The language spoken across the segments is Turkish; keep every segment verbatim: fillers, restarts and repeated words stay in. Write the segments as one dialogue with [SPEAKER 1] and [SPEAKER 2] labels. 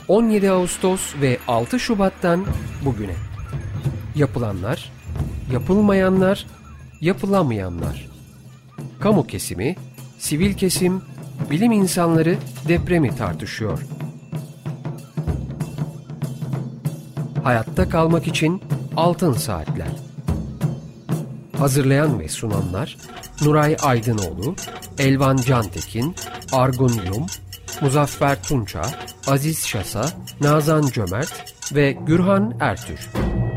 [SPEAKER 1] on yedi Ağustos ve altı Şubat'tan bugüne. Yapılanlar, yapılmayanlar, yapılamayanlar. Kamu kesimi, sivil kesim, bilim insanları depremi tartışıyor. Hayatta kalmak için altın saatler. Hazırlayan ve sunanlar Nuray Aydınoğlu, Elvan Cantekin, Argun Yum, Muzaffer Tunça, Aziz Şasa, Nazan Cömert ve Gürhan Ertür.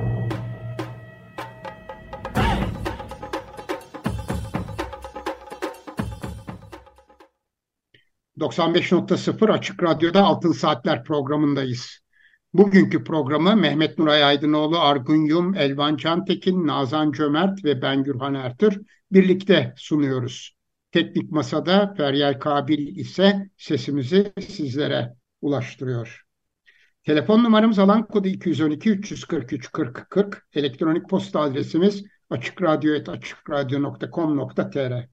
[SPEAKER 2] doksan beş nokta sıfır Açık Radyo'da Altın Saatler programındayız. Bugünkü programı Mehmet Nuray Aydınoğlu, Argun Yum, Elvan Cantekin, Nazan Cömert ve ben Gürhan Ertür birlikte sunuyoruz. Teknik Masa'da Feryal Kabil ise sesimizi sizlere ulaştırıyor. Telefon numaramız alan kodu iki yüz on iki üç yüz kırk üç kırk kırk. Elektronik posta adresimiz açıkradyo et açıkradyo nokta com nokta tr.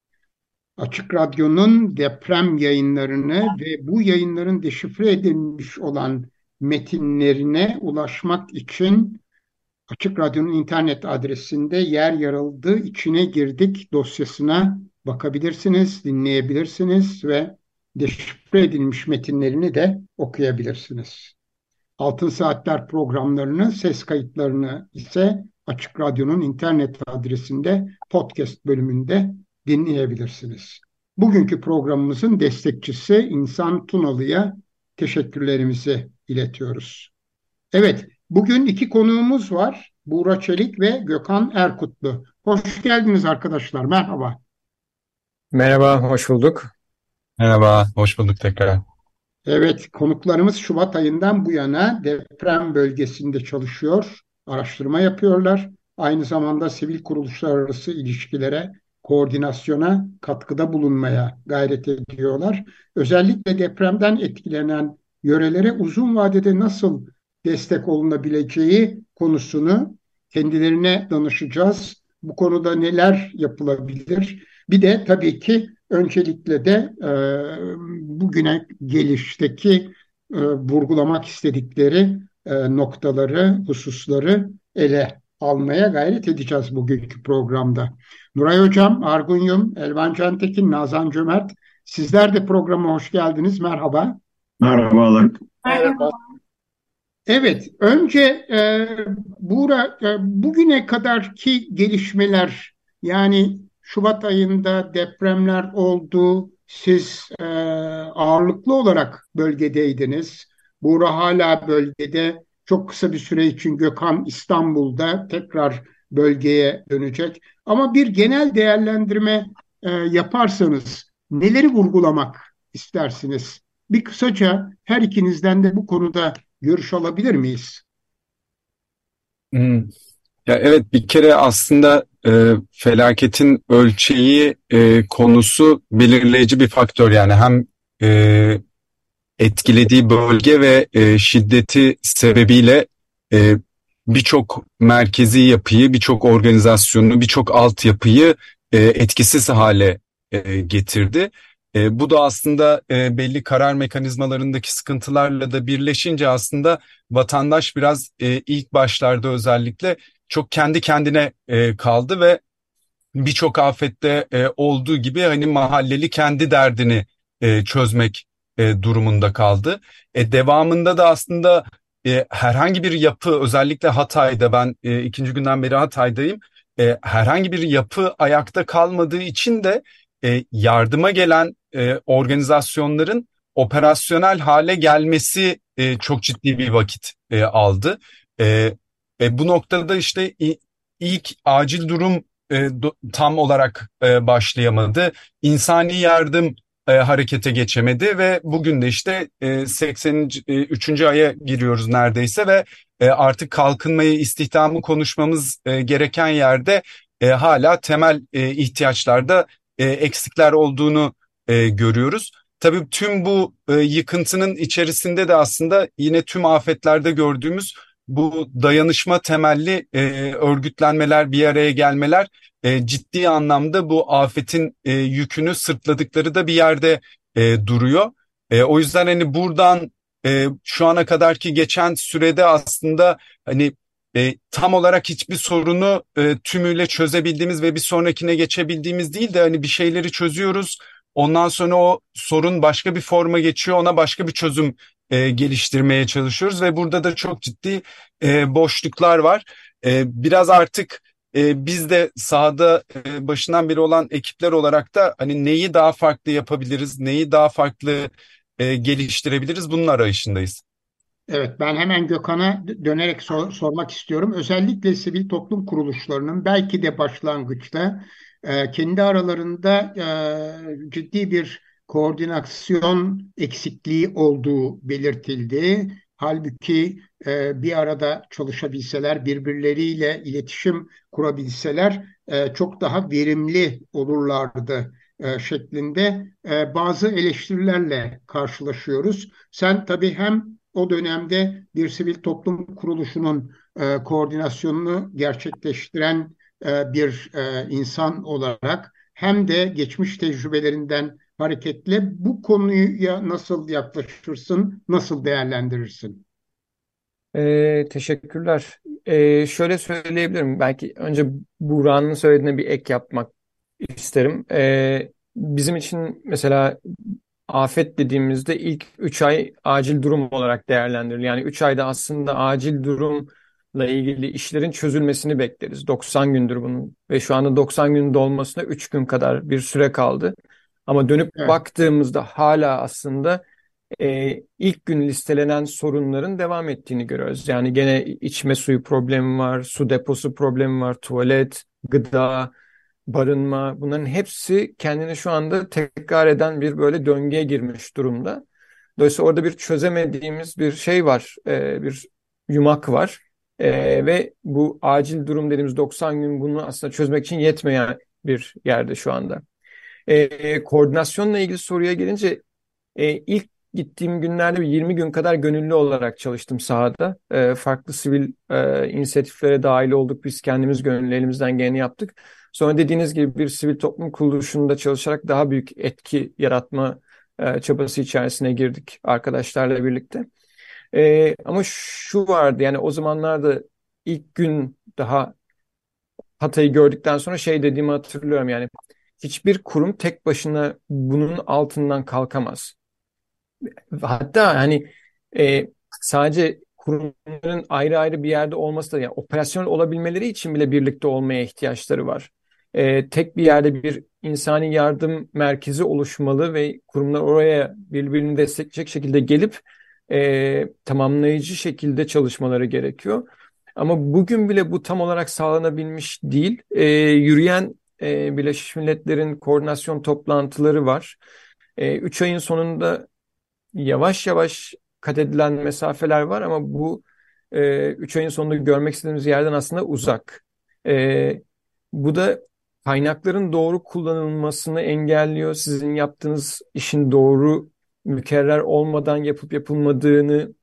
[SPEAKER 2] Açık Radyo'nun deprem yayınlarını ve bu yayınların deşifre edilmiş olan metinlerine ulaşmak için Açık Radyo'nun internet adresinde yer yer aldığı içine girdik dosyasına bakabilirsiniz, dinleyebilirsiniz ve deşifre edilmiş metinlerini de okuyabilirsiniz. Altın Saatler programlarını, ses kayıtlarını ise Açık Radyo'nun internet adresinde podcast bölümünde dinleyebilirsiniz. Bugünkü programımızın destekçisi İnsan Tunalı'ya teşekkürlerimizi iletiyoruz. Evet, bugün iki konuğumuz var. Buğra Çelik ve Gökhan Erkutlu. Hoş geldiniz arkadaşlar, merhaba.
[SPEAKER 3] Merhaba, hoş bulduk.
[SPEAKER 4] Merhaba, hoş bulduk tekrar.
[SPEAKER 2] Evet, konuklarımız Şubat ayından bu yana deprem bölgesinde çalışıyor, araştırma yapıyorlar. Aynı zamanda sivil kuruluşlar arası ilişkilere, koordinasyona katkıda bulunmaya gayret ediyorlar. Özellikle depremden etkilenen yörelere uzun vadede nasıl destek olunabileceği konusunu kendilerine danışacağız. Bu konuda neler yapılabilir? Bir de tabii ki öncelikle de e, bugüne gelişteki e, vurgulamak istedikleri e, noktaları, hususları ele almaya gayret edeceğiz bugünkü programda. Nuray Hocam, Argun Yum, Elvan Cantekin, Nazan Cömert, sizler de programa hoş geldiniz. Merhaba.
[SPEAKER 5] Merhabalar.
[SPEAKER 2] Merhaba. Evet, önce e, Buğra, e, bugüne kadarki gelişmeler, yani Şubat ayında depremler oldu. Siz e, ağırlıklı olarak bölgedeydiniz. Buğra hala bölgede. Çok kısa bir süre için Gökhan İstanbul'da tekrar bölgeye dönecek. Ama bir genel değerlendirme e, yaparsanız neleri vurgulamak istersiniz? Bir kısaca her ikinizden de bu konuda görüş alabilir miyiz?
[SPEAKER 4] Hmm. Ya evet, bir kere aslında e, felaketin ölçeği e, konusu belirleyici bir faktör. Yani hem e, etkilediği bölge ve e, şiddeti sebebiyle e, birçok merkezi yapıyı, birçok organizasyonu, birçok altyapıyı e, etkisiz hale e, getirdi. E, bu da aslında e, belli karar mekanizmalarındaki sıkıntılarla da birleşince aslında vatandaş biraz e, ilk başlarda özellikle çok kendi kendine e, kaldı ve birçok afette e, olduğu gibi hani mahalleli kendi derdini e, çözmek e, durumunda kaldı. E, devamında da aslında e, herhangi bir yapı, özellikle Hatay'da, ben e, ikinci günden beri Hatay'dayım. E, herhangi bir yapı ayakta kalmadığı için de e, yardıma gelen e, organizasyonların operasyonel hale gelmesi e, çok ciddi bir vakit e, aldı. E, e, bu noktada işte i- ilk acil durum e, do- tam olarak e, başlayamadı. İnsani yardım e, harekete geçemedi ve bugün de işte e, seksen üçüncü aya giriyoruz neredeyse ve e, artık kalkınmayı, istihdamı konuşmamız e, gereken yerde e, hala temel e, ihtiyaçlarda e, eksikler olduğunu e, görüyoruz. Tabii tüm bu e, yıkıntının içerisinde de aslında yine tüm afetlerde gördüğümüz bu dayanışma temelli e, örgütlenmeler, bir araya gelmeler e, ciddi anlamda bu afetin e, yükünü sırtladıkları da bir yerde e, duruyor. E, o yüzden hani buradan e, şu ana kadarki geçen sürede aslında hani e, tam olarak hiçbir sorunu e, tümüyle çözebildiğimiz ve bir sonrakine geçebildiğimiz değil de hani bir şeyleri çözüyoruz. Ondan sonra o sorun başka bir forma geçiyor, ona başka bir çözüm e, geliştirmeye çalışıyoruz ve burada da çok ciddi e, boşluklar var. E, biraz artık e, biz de sahada e, başından beri olan ekipler olarak da hani neyi daha farklı yapabiliriz, neyi daha farklı e, geliştirebiliriz bunun arayışındayız.
[SPEAKER 2] Evet, ben hemen Gökhan'a dönerek sor- sormak istiyorum. Özellikle sivil toplum kuruluşlarının belki de başlangıçta e, kendi aralarında e, ciddi bir koordinasyon eksikliği olduğu belirtildi. Halbuki e, bir arada çalışabilseler, birbirleriyle iletişim kurabilseler e, çok daha verimli olurlardı e, şeklinde e, bazı eleştirilerle karşılaşıyoruz. Sen tabii hem o dönemde bir sivil toplum kuruluşunun e, koordinasyonunu gerçekleştiren e, bir e, insan olarak hem de geçmiş tecrübelerinden hareketle bu konuya nasıl yaklaşırsın, nasıl değerlendirirsin?
[SPEAKER 3] Ee, teşekkürler. Ee, şöyle söyleyebilirim. Belki önce Buğra'nın söylediğine bir ek yapmak isterim. Ee, bizim için mesela afet dediğimizde ilk üç ay acil durum olarak değerlendirilir. Yani üç ayda aslında acil durumla ilgili işlerin çözülmesini bekleriz. doksan gündür bunun ve şu anda doksan gün dolmasına üç gün kadar bir süre kaldı. Ama dönüp
[SPEAKER 2] Evet,
[SPEAKER 3] baktığımızda hala aslında e, ilk gün listelenen sorunların devam ettiğini görüyoruz. Yani gene içme suyu problemi var, su deposu problemi var, tuvalet, gıda, barınma, bunların hepsi kendini şu anda tekrar eden bir böyle döngüye girmiş durumda. Dolayısıyla orada bir çözemediğimiz bir şey var, e, bir yumak var. E, ve bu acil durum dediğimiz doksan gün bunu aslında çözmek için yetmeyen bir yerde şu anda. E, koordinasyonla ilgili soruya gelince e, ilk gittiğim günlerde bir yirmi gün kadar gönüllü olarak çalıştım sahada. E, farklı sivil e, inisiyatiflere dahil olduk. Biz kendimiz gönüllü elimizden geleni yaptık. Sonra dediğiniz gibi bir sivil toplum kuruluşunda çalışarak daha büyük etki yaratma e, çabası içerisine girdik arkadaşlarla birlikte. E, ama şu vardı, yani o zamanlarda ilk gün daha Hatay'ı gördükten sonra şey dediğimi hatırlıyorum, yani hiçbir kurum tek başına bunun altından kalkamaz. Hatta hani e, sadece kurumların ayrı ayrı bir yerde olması da, yani operasyonel olabilmeleri için bile birlikte olmaya ihtiyaçları var. E, tek bir yerde bir insani yardım merkezi oluşmalı ve kurumlar oraya birbirini destekleyecek şekilde gelip e, tamamlayıcı şekilde çalışmaları gerekiyor. Ama bugün bile bu tam olarak sağlanabilmiş değil. E, yürüyen e, Birleşmiş Milletler'in koordinasyon toplantıları var. E, üç ayın sonunda yavaş yavaş kat edilen mesafeler var ama bu e, üç ayın sonunda görmek istediğimiz yerden aslında uzak. E, Bu da kaynakların doğru kullanılmasını engelliyor. Sizin yaptığınız işin doğru mükerrer olmadan yapıp yapılmadığını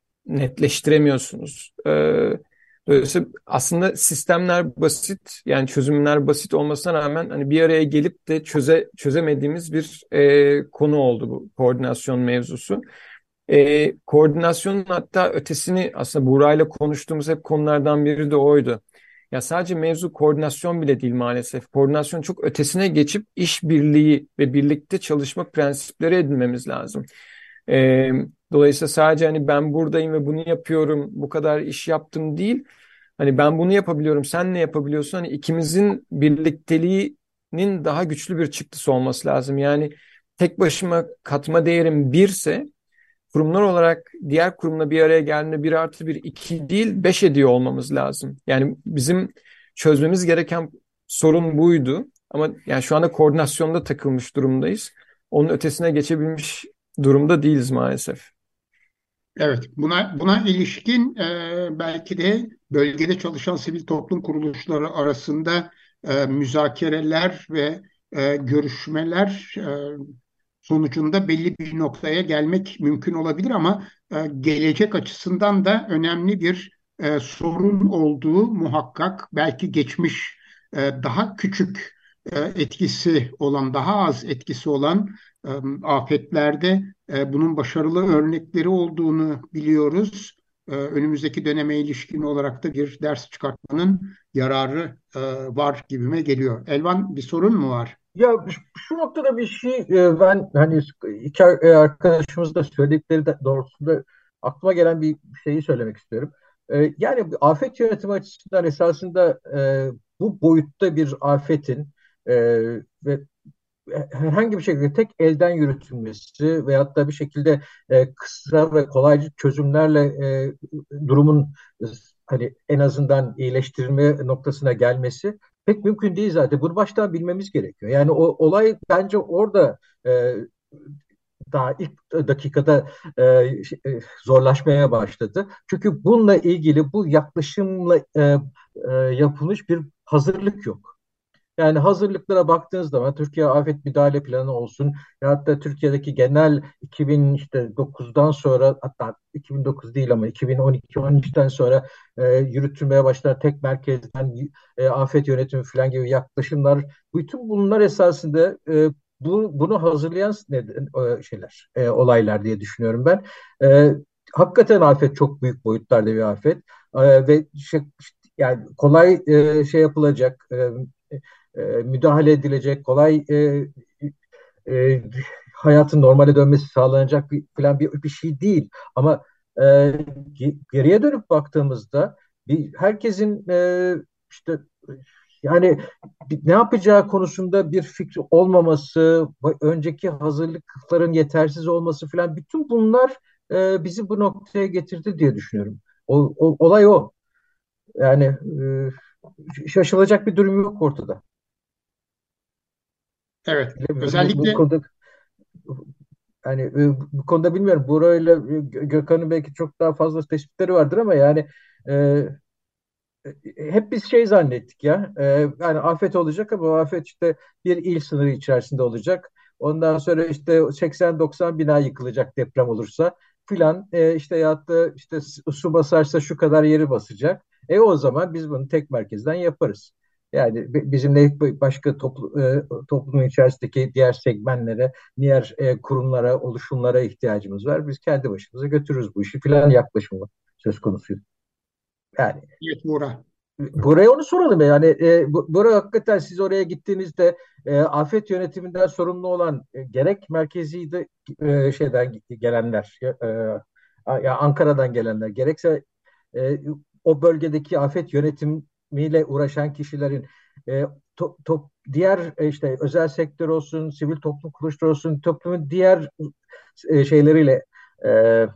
[SPEAKER 3] netleştiremiyorsunuz. Ee, dolayısıyla aslında sistemler basit, yani çözümler basit olmasına rağmen hani bir araya gelip de çöze çözemediğimiz bir e, konu oldu bu koordinasyon mevzusu. E, koordinasyonun hatta ötesini aslında Buğra'yla konuştuğumuz hep konulardan biri de oydu. Ya sadece mevzu koordinasyon bile değil maalesef. Koordinasyon çok ötesine geçip işbirliği ve birlikte çalışma prensipleri edinmemiz lazım. E, Dolayısıyla sadece hani ben buradayım ve bunu yapıyorum, bu kadar iş yaptım değil. Hani ben bunu yapabiliyorum, sen ne yapabiliyorsun? Hani ikimizin birlikteliğinin daha güçlü bir çıktısı olması lazım. Yani tek başıma katma değerim birse, kurumlar olarak diğer kurumla bir araya geldiğinde bir artı bir iki değil beş ediyor olmamız lazım. Yani bizim çözmemiz gereken sorun buydu. Ama yani şu anda koordinasyonda takılmış durumdayız. Onun ötesine geçebilmiş durumda değiliz maalesef.
[SPEAKER 2] evet. Buna buna ilişkin e, belki de bölgede çalışan sivil toplum kuruluşları arasında e, müzakereler ve e, görüşmeler e, sonucunda belli bir noktaya gelmek mümkün olabilir ama e, gelecek açısından da önemli bir e, sorun olduğu muhakkak. Belki geçmiş e, daha küçük e, etkisi olan, daha az etkisi olan e, afetlerde e, bunun başarılı örnekleri olduğunu biliyoruz. E, önümüzdeki döneme ilişkin olarak da bir ders çıkartmanın yararı e, var gibime geliyor. Elvan, bir sorun mu var?
[SPEAKER 5] Ya şu şu noktada bir şey, e, ben hani iki ar- e, arkadaşımız da söyledikleri de doğrultusunda aklıma gelen bir şeyi söylemek istiyorum. E, Yani bir afet yönetimi açısından esasında e, bu boyutta bir afetin e, ve herhangi bir şekilde tek elden yürütülmesi veyahut da bir şekilde e, kısa ve kolaycı çözümlerle e, durumun e, hani en azından iyileştirilme noktasına gelmesi pek mümkün değil zaten. Bunu baştan bilmemiz gerekiyor. Yani o olay bence orada e, daha ilk dakikada e, e, zorlaşmaya başladı. Çünkü bununla ilgili bu yaklaşımla e, e, yapılmış bir hazırlık yok. Yani hazırlıklara baktığınız zaman Türkiye Afet Müdahale Planı olsun ya hatta Türkiye'deki genel iki bin dokuzdan sonra, hatta iki bin dokuz değil ama iki bin on iki on üçten sonra e, yürütülmeye başlanan tek merkezden e, afet yönetimi falan gibi yaklaşımlar, bütün bunlar esasında e, bu, bunu hazırlayan neden, e, şeyler, e, olaylar diye düşünüyorum ben. E, Hakikaten afet çok büyük boyutlarda bir afet. E, ve şey, yani kolay e, şey yapılacak, e, e, müdahale edilecek, kolay e, e, hayatın normale dönmesi sağlanacak bir, falan bir, bir şey değil. Ama e, geriye dönüp baktığımızda bir, herkesin e, işte yani ne yapacağı konusunda bir fikri olmaması, önceki hazırlıkların yetersiz olması falan, bütün bunlar e, bizi bu noktaya getirdi diye düşünüyorum. O, o- olay o. Yani e, şaşılacak bir durum yok ortada.
[SPEAKER 2] Evet,
[SPEAKER 5] Bu, bu
[SPEAKER 2] özellikle
[SPEAKER 5] konuda hani e, bu konuda bilmiyorum. Buğra ile Gö- Gökhan'ın belki çok daha fazla tespitleri vardır ama yani e, hep biz şey zannettik ya. E, yani afet olacak ama o afet işte bir il sınırı içerisinde olacak. Ondan sonra işte seksen doksan bina yıkılacak deprem olursa filan, e, işte ya da işte su basarsa şu kadar yeri basacak. E o zaman biz bunu tek merkezden yaparız. Yani bi- bizim de başka toplu, e, toplumun içerisindeki diğer segmentlere, diğer e, kurumlara, oluşumlara ihtiyacımız var. Biz kendi başımıza götürürüz bu işi filan yaklaşımı söz konusu. Yani
[SPEAKER 2] evet, Buğra.
[SPEAKER 5] buraya onu soralım yani, e, bu- buraya hakikaten siz oraya gittiğinizde e, afet yönetiminden sorumlu olan e, gerek merkezi de e, şeyden gelenler, e, ya Ankara'dan gelenler, gerekse e, o bölgedeki afet yönetimiyle uğraşan kişilerin e, to, to- diğer e, işte özel sektör olsun, sivil toplum kuruluşları olsun, toplumun diğer e, şeyleriyle, e,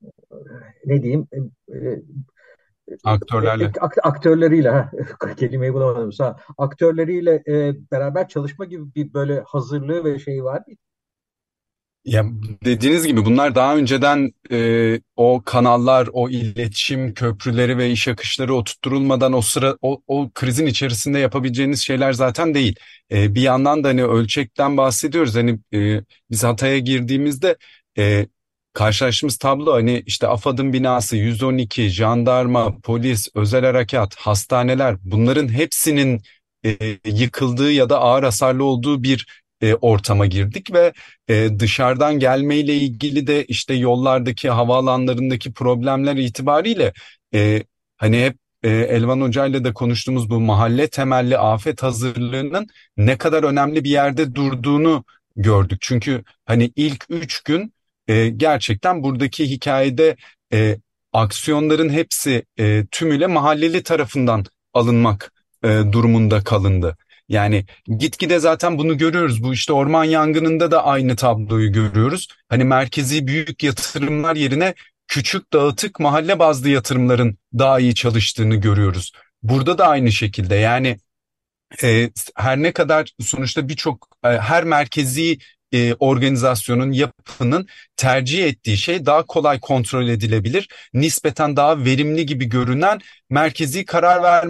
[SPEAKER 5] ne diyeyim, e, e, e,
[SPEAKER 4] Aktörlerle.
[SPEAKER 5] ak- aktörleriyle, ha, kelimeyi bulamadım, sağ aktörleriyle e, beraber çalışma gibi bir böyle hazırlığı ve şeyi var mı?
[SPEAKER 4] Ya dediğiniz gibi bunlar daha önceden e, o kanallar, o iletişim köprüleri ve iş akışları oturtturulmadan o sıra o, o krizin içerisinde yapabileceğiniz şeyler zaten değil. E, bir yandan da hani ölçekten bahsediyoruz. Hani e, biz Hatay'a girdiğimizde e, karşılaştığımız tablo hani işte AFAD'ın binası, yüz on iki, jandarma, polis, özel harekat, hastaneler, bunların hepsinin e, yıkıldığı ya da ağır hasarlı olduğu bir e, ortama girdik ve ee, dışarıdan gelmeyle ilgili de işte yollardaki havaalanlarındaki problemler itibariyle e, hani hep e, Elvan Hoca ile de konuştuğumuz bu mahalle temelli afet hazırlığının ne kadar önemli bir yerde durduğunu gördük. Çünkü hani ilk üç gün e, gerçekten buradaki hikayede e, aksiyonların hepsi e, tümüyle mahalleli tarafından alınmak e, durumunda kalındı. Yani gitgide zaten bunu görüyoruz. Bu işte orman yangınında da aynı tabloyu görüyoruz. Hani merkezi büyük yatırımlar yerine küçük dağıtık mahalle bazlı yatırımların daha iyi çalıştığını görüyoruz. Burada da aynı şekilde yani e, her ne kadar sonuçta birçok e, her merkezi e, organizasyonun yapının tercih ettiği şey daha kolay kontrol edilebilir, nispeten daha verimli gibi görünen merkezi karar verme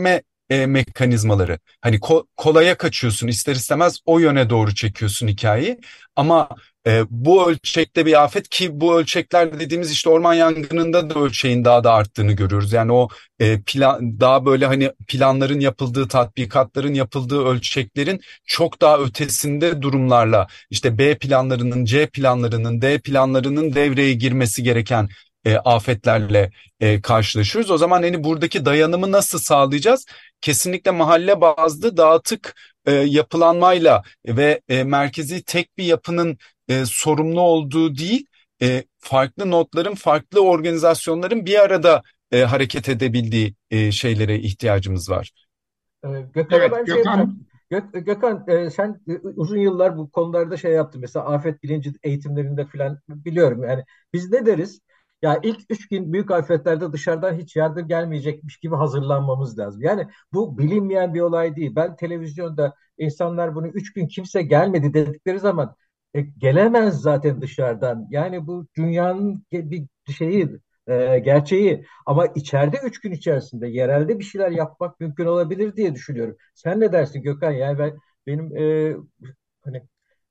[SPEAKER 4] e, mekanizmaları. Hani ko- kolaya kaçıyorsun, ister istemez o yöne doğru çekiyorsun hikayeyi. Ama e, bu ölçekte bir afet, ki bu ölçekler dediğimiz işte orman yangınında da ölçeğin daha da arttığını görüyoruz. Yani o e, plan, daha böyle hani planların yapıldığı, tatbikatların yapıldığı ölçeklerin çok daha ötesinde durumlarla, işte B planlarının, C planlarının, D planlarının devreye girmesi gereken e, afetlerle e, karşılaşıyoruz. O zaman hani buradaki dayanımı nasıl sağlayacağız? Kesinlikle mahalle bazlı dağıtık e, yapılanmayla ve e, merkezi tek bir yapının e, sorumlu olduğu değil, e, farklı notların, farklı organizasyonların bir arada e, hareket edebildiği e, şeylere ihtiyacımız var.
[SPEAKER 5] Ee, Gökhan'a
[SPEAKER 2] Evet,
[SPEAKER 5] ben şey yapacağım.
[SPEAKER 2] Gökhan.
[SPEAKER 5] Gök, Gökhan, e, sen e, uzun yıllar bu konularda şey yaptın. Mesela afet bilinci eğitimlerinde falan biliyorum. Yani biz ne deriz? Ya ilk üç gün büyük afetlerde dışarıdan hiç yardım gelmeyecekmiş gibi hazırlanmamız lazım. Yani bu bilinmeyen bir olay değil. Ben televizyonda insanlar bunu üç gün kimse gelmedi dedikleri zaman e, gelemez zaten dışarıdan. Yani bu dünyanın ge- bir şeyi, e, gerçeği. Ama içeride üç gün içerisinde yerelde bir şeyler yapmak mümkün olabilir diye düşünüyorum. Sen ne dersin Gökhan? Yani ben benim e, hani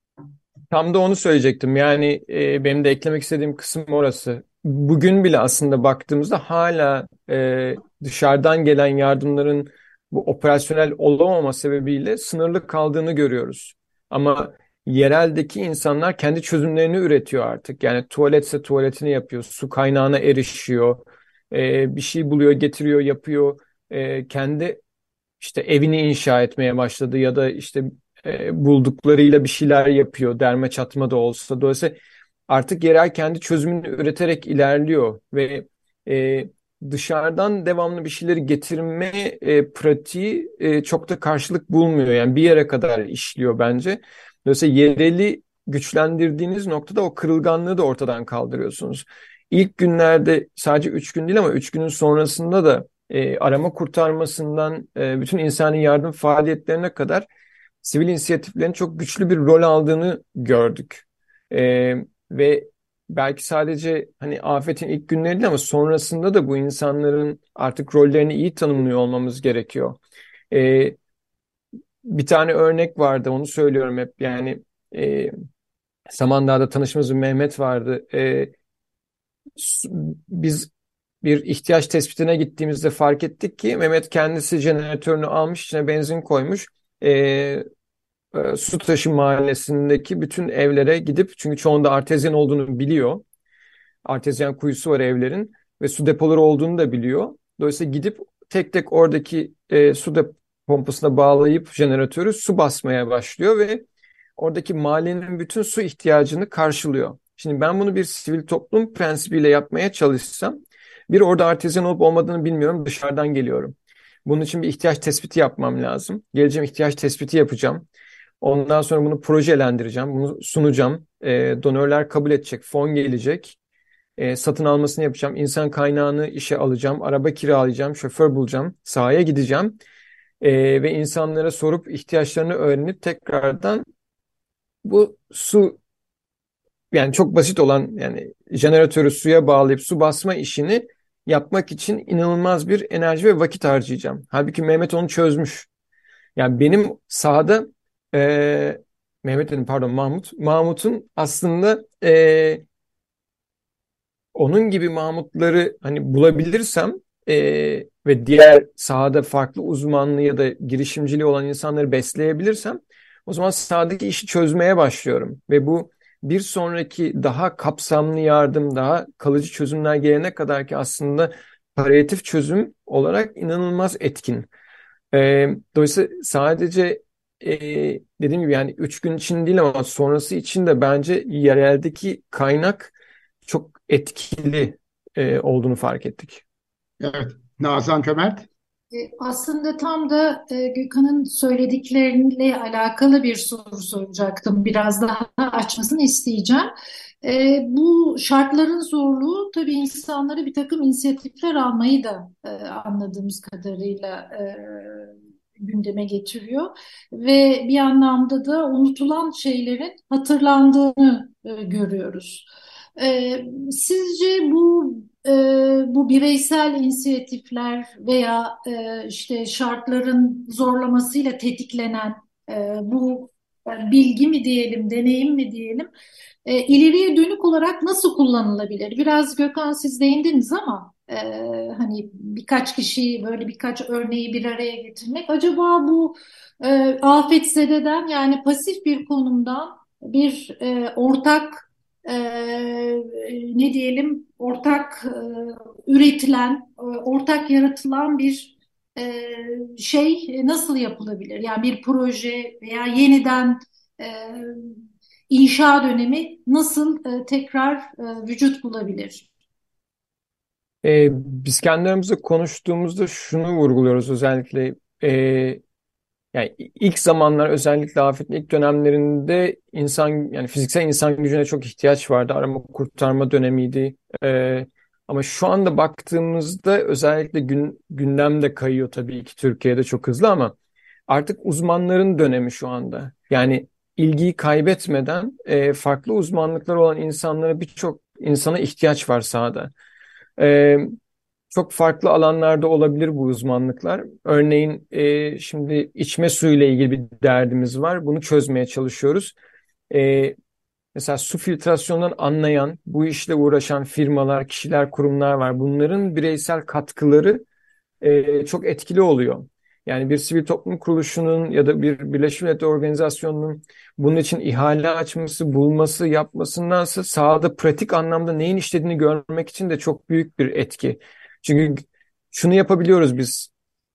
[SPEAKER 3] Tam da onu söyleyecektim. Yani e, benim de eklemek istediğim kısım orası. Bugün bile aslında baktığımızda hala e, dışarıdan gelen yardımların bu operasyonel olamama sebebiyle sınırlı kaldığını görüyoruz. Ama yereldeki insanlar kendi çözümlerini üretiyor artık. Yani tuvaletse tuvaletini yapıyor, su kaynağına erişiyor, e, bir şey buluyor, getiriyor, yapıyor. E, kendi işte evini inşa etmeye başladı ya da işte e, bulduklarıyla bir şeyler yapıyor, derme çatma da olsa. Dolayısıyla artık yerel kendi çözümünü üreterek ilerliyor ve e, dışarıdan devamlı bir şeyleri getirme e, pratiği e, çok da karşılık bulmuyor. Yani bir yere kadar işliyor bence. Dolayısıyla yereli güçlendirdiğiniz noktada o kırılganlığı da ortadan kaldırıyorsunuz. İlk günlerde sadece üç gün değil ama üç günün sonrasında da e, arama kurtarmasından e, bütün insani yardım faaliyetlerine kadar sivil inisiyatiflerin çok güçlü bir rol aldığını gördük. E, ve belki sadece hani afetin ilk günleri değil ama sonrasında da bu insanların artık rollerini iyi tanımlıyor olmamız gerekiyor. E, bir tane örnek vardı, onu söylüyorum hep. Yani e, Samandağ'da tanıştığımız bir Mehmet vardı. E, biz bir ihtiyaç tespitine gittiğimizde fark ettik ki Mehmet kendisi jeneratörünü almış, içine benzin koymuş. Ee, e, Sutaşı mahallesindeki bütün evlere gidip, çünkü çoğunda artezyen olduğunu biliyor. Artezyen kuyusu var evlerin ve su depoları olduğunu da biliyor. Dolayısıyla gidip tek tek oradaki e, su dep pompasına bağlayıp jeneratörü su basmaya başlıyor ve oradaki mahallenin bütün su ihtiyacını karşılıyor. Şimdi ben bunu bir sivil toplum prensibiyle yapmaya çalışsam, bir, orada artezyen olup olmadığını bilmiyorum, dışarıdan geliyorum. Bunun için bir ihtiyaç tespiti yapmam lazım. Geleceğim, ihtiyaç tespiti yapacağım. Ondan sonra bunu projelendireceğim, bunu sunacağım. E, donörler kabul edecek, fon gelecek. E, satın almasını yapacağım. İnsan kaynağını işe alacağım. Araba kiralayacağım, şoför bulacağım. Sahaya gideceğim. E, ve insanlara sorup ihtiyaçlarını öğrenip tekrardan bu su, yani çok basit olan, yani jeneratörü suya bağlayıp su basma işini yapmak için inanılmaz bir enerji ve vakit harcayacağım. Halbuki Mehmet onu çözmüş. Yani benim sahada e, Mehmet dedim, pardon, Mahmut. Mahmut'un aslında e, onun gibi Mahmutları hani bulabilirsem e, ve diğer sahada farklı uzmanlığı ya da girişimciliği olan insanları besleyebilirsem, o zaman sahadaki işi çözmeye başlıyorum. Ve bu bir sonraki daha kapsamlı yardım, daha kalıcı çözümler gelene kadar ki aslında palyatif çözüm olarak inanılmaz etkin. E, dolayısıyla sadece e, dediğim gibi yani üç gün için değil ama sonrası için de bence yereldeki kaynak çok etkili e, olduğunu fark ettik.
[SPEAKER 2] Evet, Nazan Cömert.
[SPEAKER 6] E, Aslında tam da e, Gökhan'ın söyledikleriyle alakalı bir soru soracaktım. Biraz daha açmasını isteyeceğim. E, bu şartların zorluğu tabii insanları bir takım inisiyatifler almayı da e, anladığımız kadarıyla e, gündeme getiriyor. Ve bir anlamda da unutulan şeylerin hatırlandığını e, görüyoruz. E, Sizce bu e, bu bireysel inisiyatifler veya e, işte şartların zorlamasıyla tetiklenen e, bu e, bilgi mi diyelim, deneyim mi diyelim, e, ileriye dönük olarak nasıl kullanılabilir? Biraz Gökhan siz değindiniz ama e, hani birkaç kişiyi böyle birkaç örneği bir araya getirmek acaba bu e, afetzededen yani pasif bir konumdan bir e, ortak e, ne diyelim ortak e, üretilen, e, ortak yaratılan bir e, şey nasıl yapılabilir? Yani bir proje veya yeniden e, inşa dönemi nasıl e, tekrar e, vücut bulabilir?
[SPEAKER 3] E, biz kendi aramızda konuştuğumuzda şunu vurguluyoruz özellikle. E, Yani ilk zamanlar özellikle afetin ilk dönemlerinde insan yani fiziksel insan gücüne çok ihtiyaç vardı. Arama kurtarma dönemiydi. Ee, ama şu anda baktığımızda özellikle gün, gündem de kayıyor tabii ki Türkiye'de çok hızlı ama artık uzmanların dönemi şu anda. Yani ilgiyi kaybetmeden e, farklı uzmanlıkları olan insanlara birçok insana ihtiyaç var sahada. Ee, Çok farklı alanlarda olabilir bu uzmanlıklar. Örneğin e, şimdi içme suyu ile ilgili bir derdimiz var. Bunu çözmeye çalışıyoruz. E, Mesela su filtrasyonundan anlayan, bu işle uğraşan firmalar, kişiler, kurumlar var. Bunların bireysel katkıları e, çok etkili oluyor. Yani bir sivil toplum kuruluşunun ya da bir Birleşmiş Milletler Organizasyonu'nun bunun için ihale açması, bulması, yapmasındansa sahada pratik anlamda neyin işlediğini görmek için de çok büyük bir etki. Çünkü şunu yapabiliyoruz biz.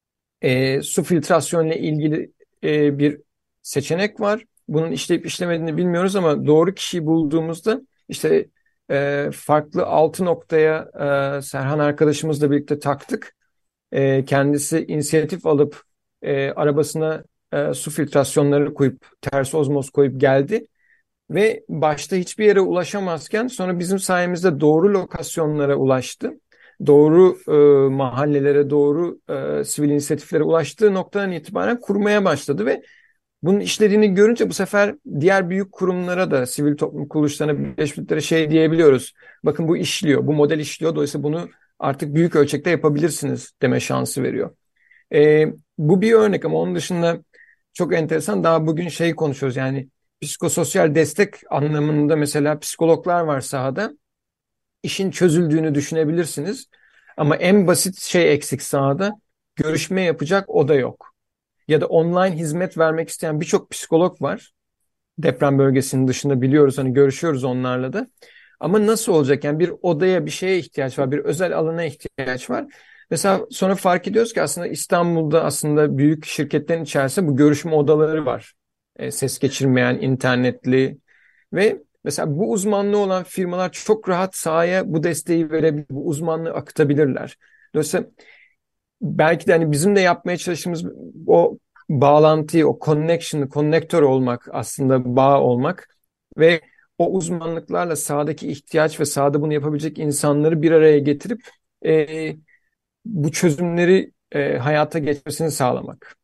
[SPEAKER 3] E, su filtrasyonla ilgili e, bir seçenek var. Bunun işleyip işlemediğini bilmiyoruz ama doğru kişiyi bulduğumuzda işte e, farklı altı noktaya e, Serhan arkadaşımızla birlikte taktık. E, kendisi inisiyatif alıp e, arabasına e, su filtrasyonları koyup ters ozmoz koyup geldi ve başta hiçbir yere ulaşamazken sonra bizim sayemizde doğru lokasyonlara ulaştı. Doğru e, mahallelere, doğru e, sivil inisiyatiflere ulaştığı noktadan itibaren kurmaya başladı ve bunun işlediğini görünce bu sefer diğer büyük kurumlara da sivil toplum kuruluşlarına, Birleşmiş Milletler'e şey diyebiliyoruz. Bakın bu işliyor, bu model işliyor. Dolayısıyla bunu artık büyük ölçekte yapabilirsiniz deme şansı veriyor. Ee, bu bir örnek ama onun dışında çok enteresan. Daha bugün şey konuşuyoruz yani psikososyal destek anlamında mesela psikologlar var sahada. İşin çözüldüğünü düşünebilirsiniz. Ama en basit şey eksik sahada. Görüşme yapacak oda yok. Ya da online hizmet vermek isteyen birçok psikolog var. Deprem bölgesinin dışında biliyoruz hani görüşüyoruz onlarla da. Ama nasıl olacak? Yani bir odaya bir şeye ihtiyaç var, bir özel alana ihtiyaç var. Mesela sonra fark ediyoruz ki aslında İstanbul'da aslında büyük şirketlerin içerisinde bu görüşme odaları var. E, ses geçirmeyen, internetli ve mesela bu uzmanlığı olan firmalar çok rahat sahaya bu desteği verebilir, bu uzmanlığı akıtabilirler. Dolayısıyla belki de hani bizim de yapmaya çalıştığımız o bağlantıyı, o connection'ı, konnektör olmak aslında bağ olmak ve o uzmanlıklarla sahadaki ihtiyaç ve sahada bunu yapabilecek insanları bir araya getirip e, bu çözümleri e, hayata geçmesini sağlamak.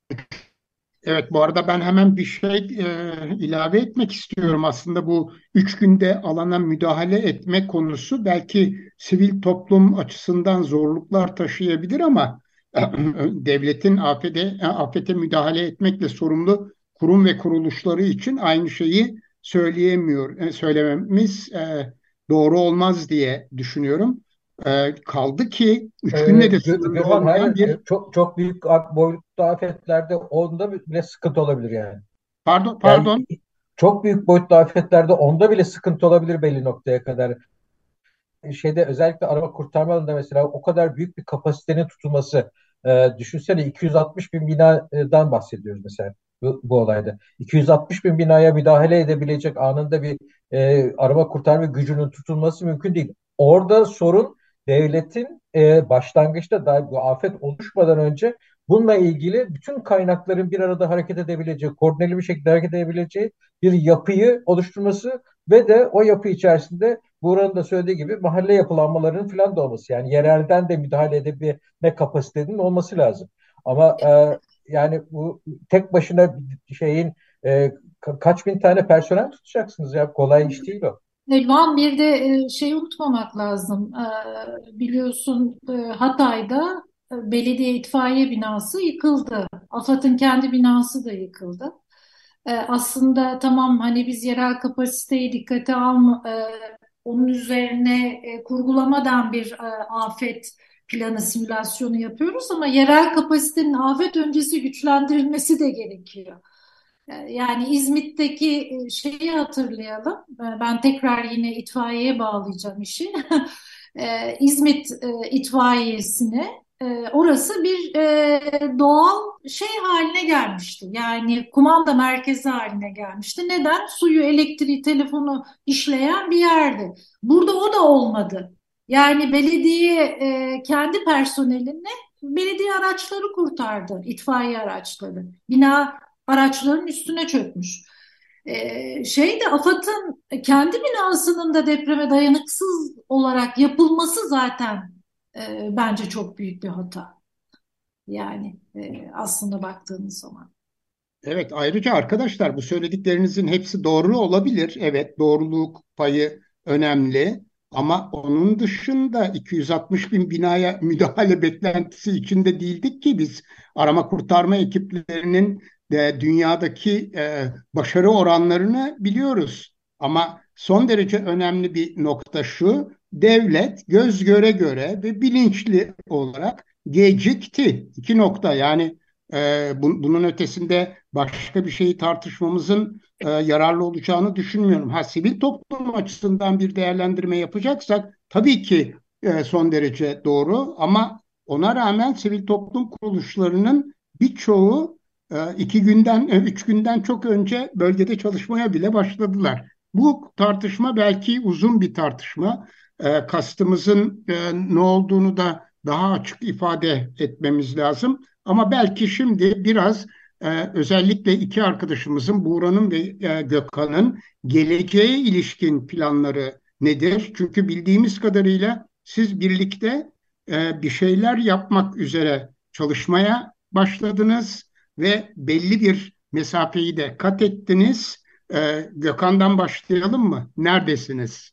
[SPEAKER 2] Evet, bu arada ben hemen bir şey e, ilave etmek istiyorum. Aslında bu üç günde alana müdahale etme konusu belki sivil toplum açısından zorluklar taşıyabilir ama devletin afete, afete müdahale etmekle sorumlu kurum ve kuruluşları için aynı şeyi söyleyemiyor, e, söylememiz e, doğru olmaz diye düşünüyorum. E, kaldı ki
[SPEAKER 5] Ee,
[SPEAKER 2] üç günle de
[SPEAKER 5] Gö-
[SPEAKER 2] sınırlı
[SPEAKER 5] Gökhan,
[SPEAKER 2] olmayan
[SPEAKER 5] hayır,
[SPEAKER 2] bir
[SPEAKER 5] çok çok büyük a- boyutlu afetlerde onda bile sıkıntı olabilir yani.
[SPEAKER 2] pardon
[SPEAKER 5] Yani
[SPEAKER 2] pardon.
[SPEAKER 5] çok büyük boyutlu afetlerde onda bile sıkıntı olabilir belli noktaya kadar. Şeyde özellikle arama kurtarma alanında mesela o kadar büyük bir kapasitenin tutulması, e, düşünsene iki yüz altmış bin binadan bahsediyoruz mesela bu, bu olayda. iki yüz altmış bin binaya müdahale edebilecek anında bir e, arama kurtarma gücünün tutulması mümkün değil. Orada sorun devletin e, başlangıçta daha bu afet oluşmadan önce bununla ilgili bütün kaynakların bir arada hareket edebileceği, koordineli bir şekilde hareket edebileceği bir yapıyı oluşturması ve de o yapı içerisinde Buğra'nın da söylediği gibi mahalle yapılanmalarının falan da olması. Yani yerelden de müdahale edebilme kapasitenin olması lazım. Ama e, yani bu tek başına şeyin e, ka- kaç bin tane personel tutacaksınız ya kolay iş değil o.
[SPEAKER 6] Elvan, bir de e, şey unutmamak lazım. E, Biliyorsun, e, Hatay'da e, belediye itfaiye binası yıkıldı. AFAD'ın kendi binası da yıkıldı. E, Aslında tamam, hani biz yerel kapasiteyi dikkate alma, e, onun üzerine e, kurgulamadan bir e, afet planı simülasyonu yapıyoruz ama yerel kapasitenin afet öncesi güçlendirilmesi de gerekiyor. Yani İzmit'teki e, şeyi hatırlayalım. E, Ben tekrar yine itfaiyeye bağlayacağım işi. E, İzmit e, itfaiyesine e, orası bir e, doğal şey haline gelmişti. Yani kumanda merkezi haline gelmişti. Neden? Suyu, elektriği, telefonu işleyen bir yerdi. Burada o da olmadı. Yani belediye e, kendi personeline belediye araçları kurtardı, itfaiye araçları. Bina araçların üstüne çökmüş. Ee, şey de AFAD'ın kendi binasının da depreme dayanıksız olarak yapılması zaten e, bence çok büyük bir hata. Yani e, aslında baktığınız zaman.
[SPEAKER 2] Evet, ayrıca arkadaşlar bu söylediklerinizin hepsi doğru olabilir. Evet, doğruluk payı önemli. Ama onun dışında iki yüz altmış bin binaya müdahale beklentisi içinde değildik ki biz. Arama kurtarma ekiplerinin de dünyadaki e, başarı oranlarını biliyoruz. Ama son derece önemli bir nokta şu: devlet göz göre göre ve bilinçli olarak gecikti. İki nokta yani. Ee, bu- bunun ötesinde başka bir şeyi tartışmamızın e, yararlı olacağını düşünmüyorum. Ha, sivil toplum açısından bir değerlendirme yapacaksak tabii ki e, son derece doğru, ama ona rağmen sivil toplum kuruluşlarının birçoğu e, iki günden, e, üç günden çok önce bölgede çalışmaya bile başladılar. Bu tartışma belki uzun bir tartışma. E, kastımızın e, ne olduğunu da daha açık ifade etmemiz lazım. Ama belki şimdi biraz e, özellikle iki arkadaşımızın, Buğra'nın ve e, Gökhan'ın geleceğe ilişkin planları nedir? Çünkü bildiğimiz kadarıyla siz birlikte e, bir şeyler yapmak üzere çalışmaya başladınız ve belli bir mesafeyi de kat ettiniz. E, Gökhan'dan başlayalım mı? Neredesiniz?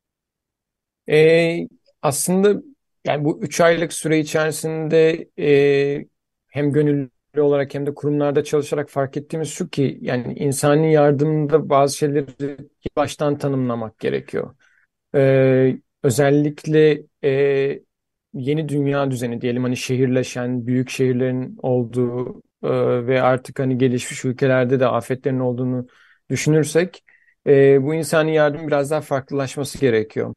[SPEAKER 3] Ee, Aslında yani bu üç aylık süre içerisinde e, hem gönüllü olarak hem de kurumlarda çalışarak fark ettiğimiz şu ki yani insani yardımda bazı şeyleri baştan tanımlamak gerekiyor. Ee, özellikle e, yeni dünya düzeni diyelim, hani şehirleşen büyük şehirlerin olduğu e, ve artık hani gelişmiş ülkelerde de afetlerin olduğunu düşünürsek e, bu insani yardım biraz daha farklılaşması gerekiyor.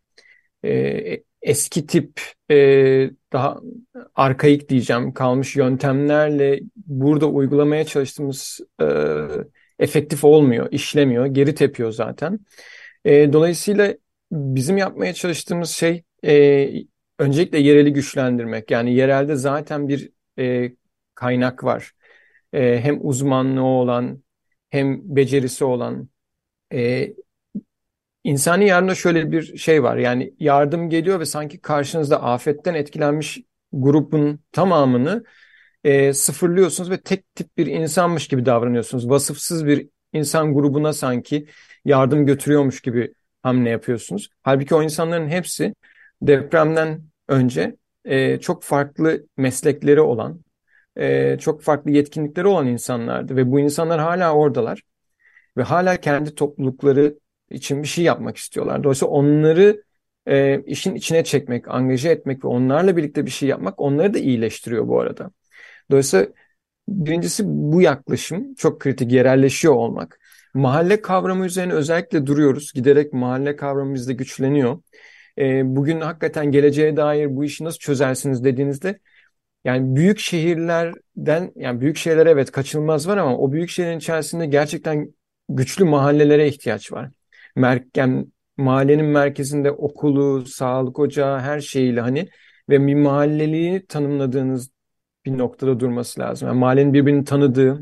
[SPEAKER 3] E, eski tip e, daha arkaik diyeceğim kalmış yöntemlerle burada uygulamaya çalıştığımız e, efektif olmuyor, işlemiyor, geri tepiyor zaten. E, dolayısıyla bizim yapmaya çalıştığımız şey e, öncelikle yereli güçlendirmek. Yani yerelde zaten bir e, kaynak var. E, hem uzmanlığı olan hem becerisi olan. E, insani yardımda şöyle bir şey var. Yani yardım geliyor ve sanki karşınızda afetten etkilenmiş grubun tamamını e, sıfırlıyorsunuz ve tek tip bir insanmış gibi davranıyorsunuz. Vasıfsız bir insan grubuna sanki yardım götürüyormuş gibi hamle yapıyorsunuz. Halbuki o insanların hepsi depremden önce e, çok farklı meslekleri olan, e, çok farklı yetkinlikleri olan insanlardı ve bu insanlar hala oradalar ve hala kendi toplulukları için bir şey yapmak istiyorlar. Dolayısıyla onları e, işin içine çekmek, angaje etmek ve onlarla birlikte bir şey yapmak onları da iyileştiriyor bu arada. Dolayısıyla birincisi bu yaklaşım çok kritik, yerelleşiyor olmak. Mahalle kavramı üzerine özellikle duruyoruz. Giderek mahalle kavramı bizde güçleniyor. E, bugün hakikaten geleceğe dair bu işi nasıl çözersiniz dediğinizde yani büyük şehirlerden, yani büyük şehirlere evet kaçınılmaz var ama o büyük şehrin içerisinde gerçekten güçlü mahallelere ihtiyaç var. Mer yani mahallenin merkezinde okulu, sağlık ocağı, her şeyiyle hani ve bir mahalleliği tanımladığınız bir noktada durması lazım. Yani mahallenin birbirini tanıdığı,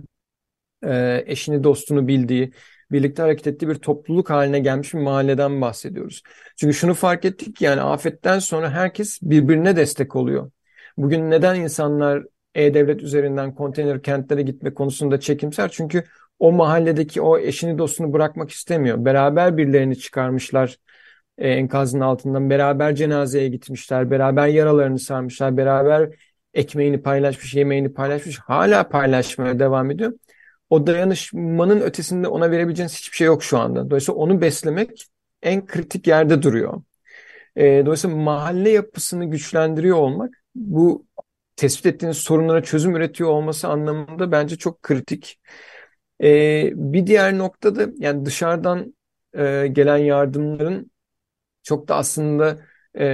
[SPEAKER 3] e, eşini dostunu bildiği, birlikte hareket ettiği bir topluluk haline gelmiş bir mahalleden bahsediyoruz. Çünkü şunu fark ettik ki yani afetten sonra herkes birbirine destek oluyor. Bugün neden insanlar e-devlet üzerinden konteyner kentlere gitme konusunda çekimser? Çünkü o mahalledeki o eşini dostunu bırakmak istemiyor. Beraber birilerini çıkarmışlar e, enkazın altından beraber cenazeye gitmişler, beraber yaralarını sarmışlar, beraber ekmeğini paylaşmış, yemeğini paylaşmış, hala paylaşmaya devam ediyor. O dayanışmanın ötesinde ona verebileceğiniz hiçbir şey yok şu anda. Dolayısıyla onu beslemek en kritik yerde duruyor. E, dolayısıyla mahalle yapısını güçlendiriyor olmak, bu tespit ettiğiniz sorunlara çözüm üretiyor olması anlamında bence çok kritik. E, bir diğer noktada yani dışarıdan e, gelen yardımların çok da aslında e,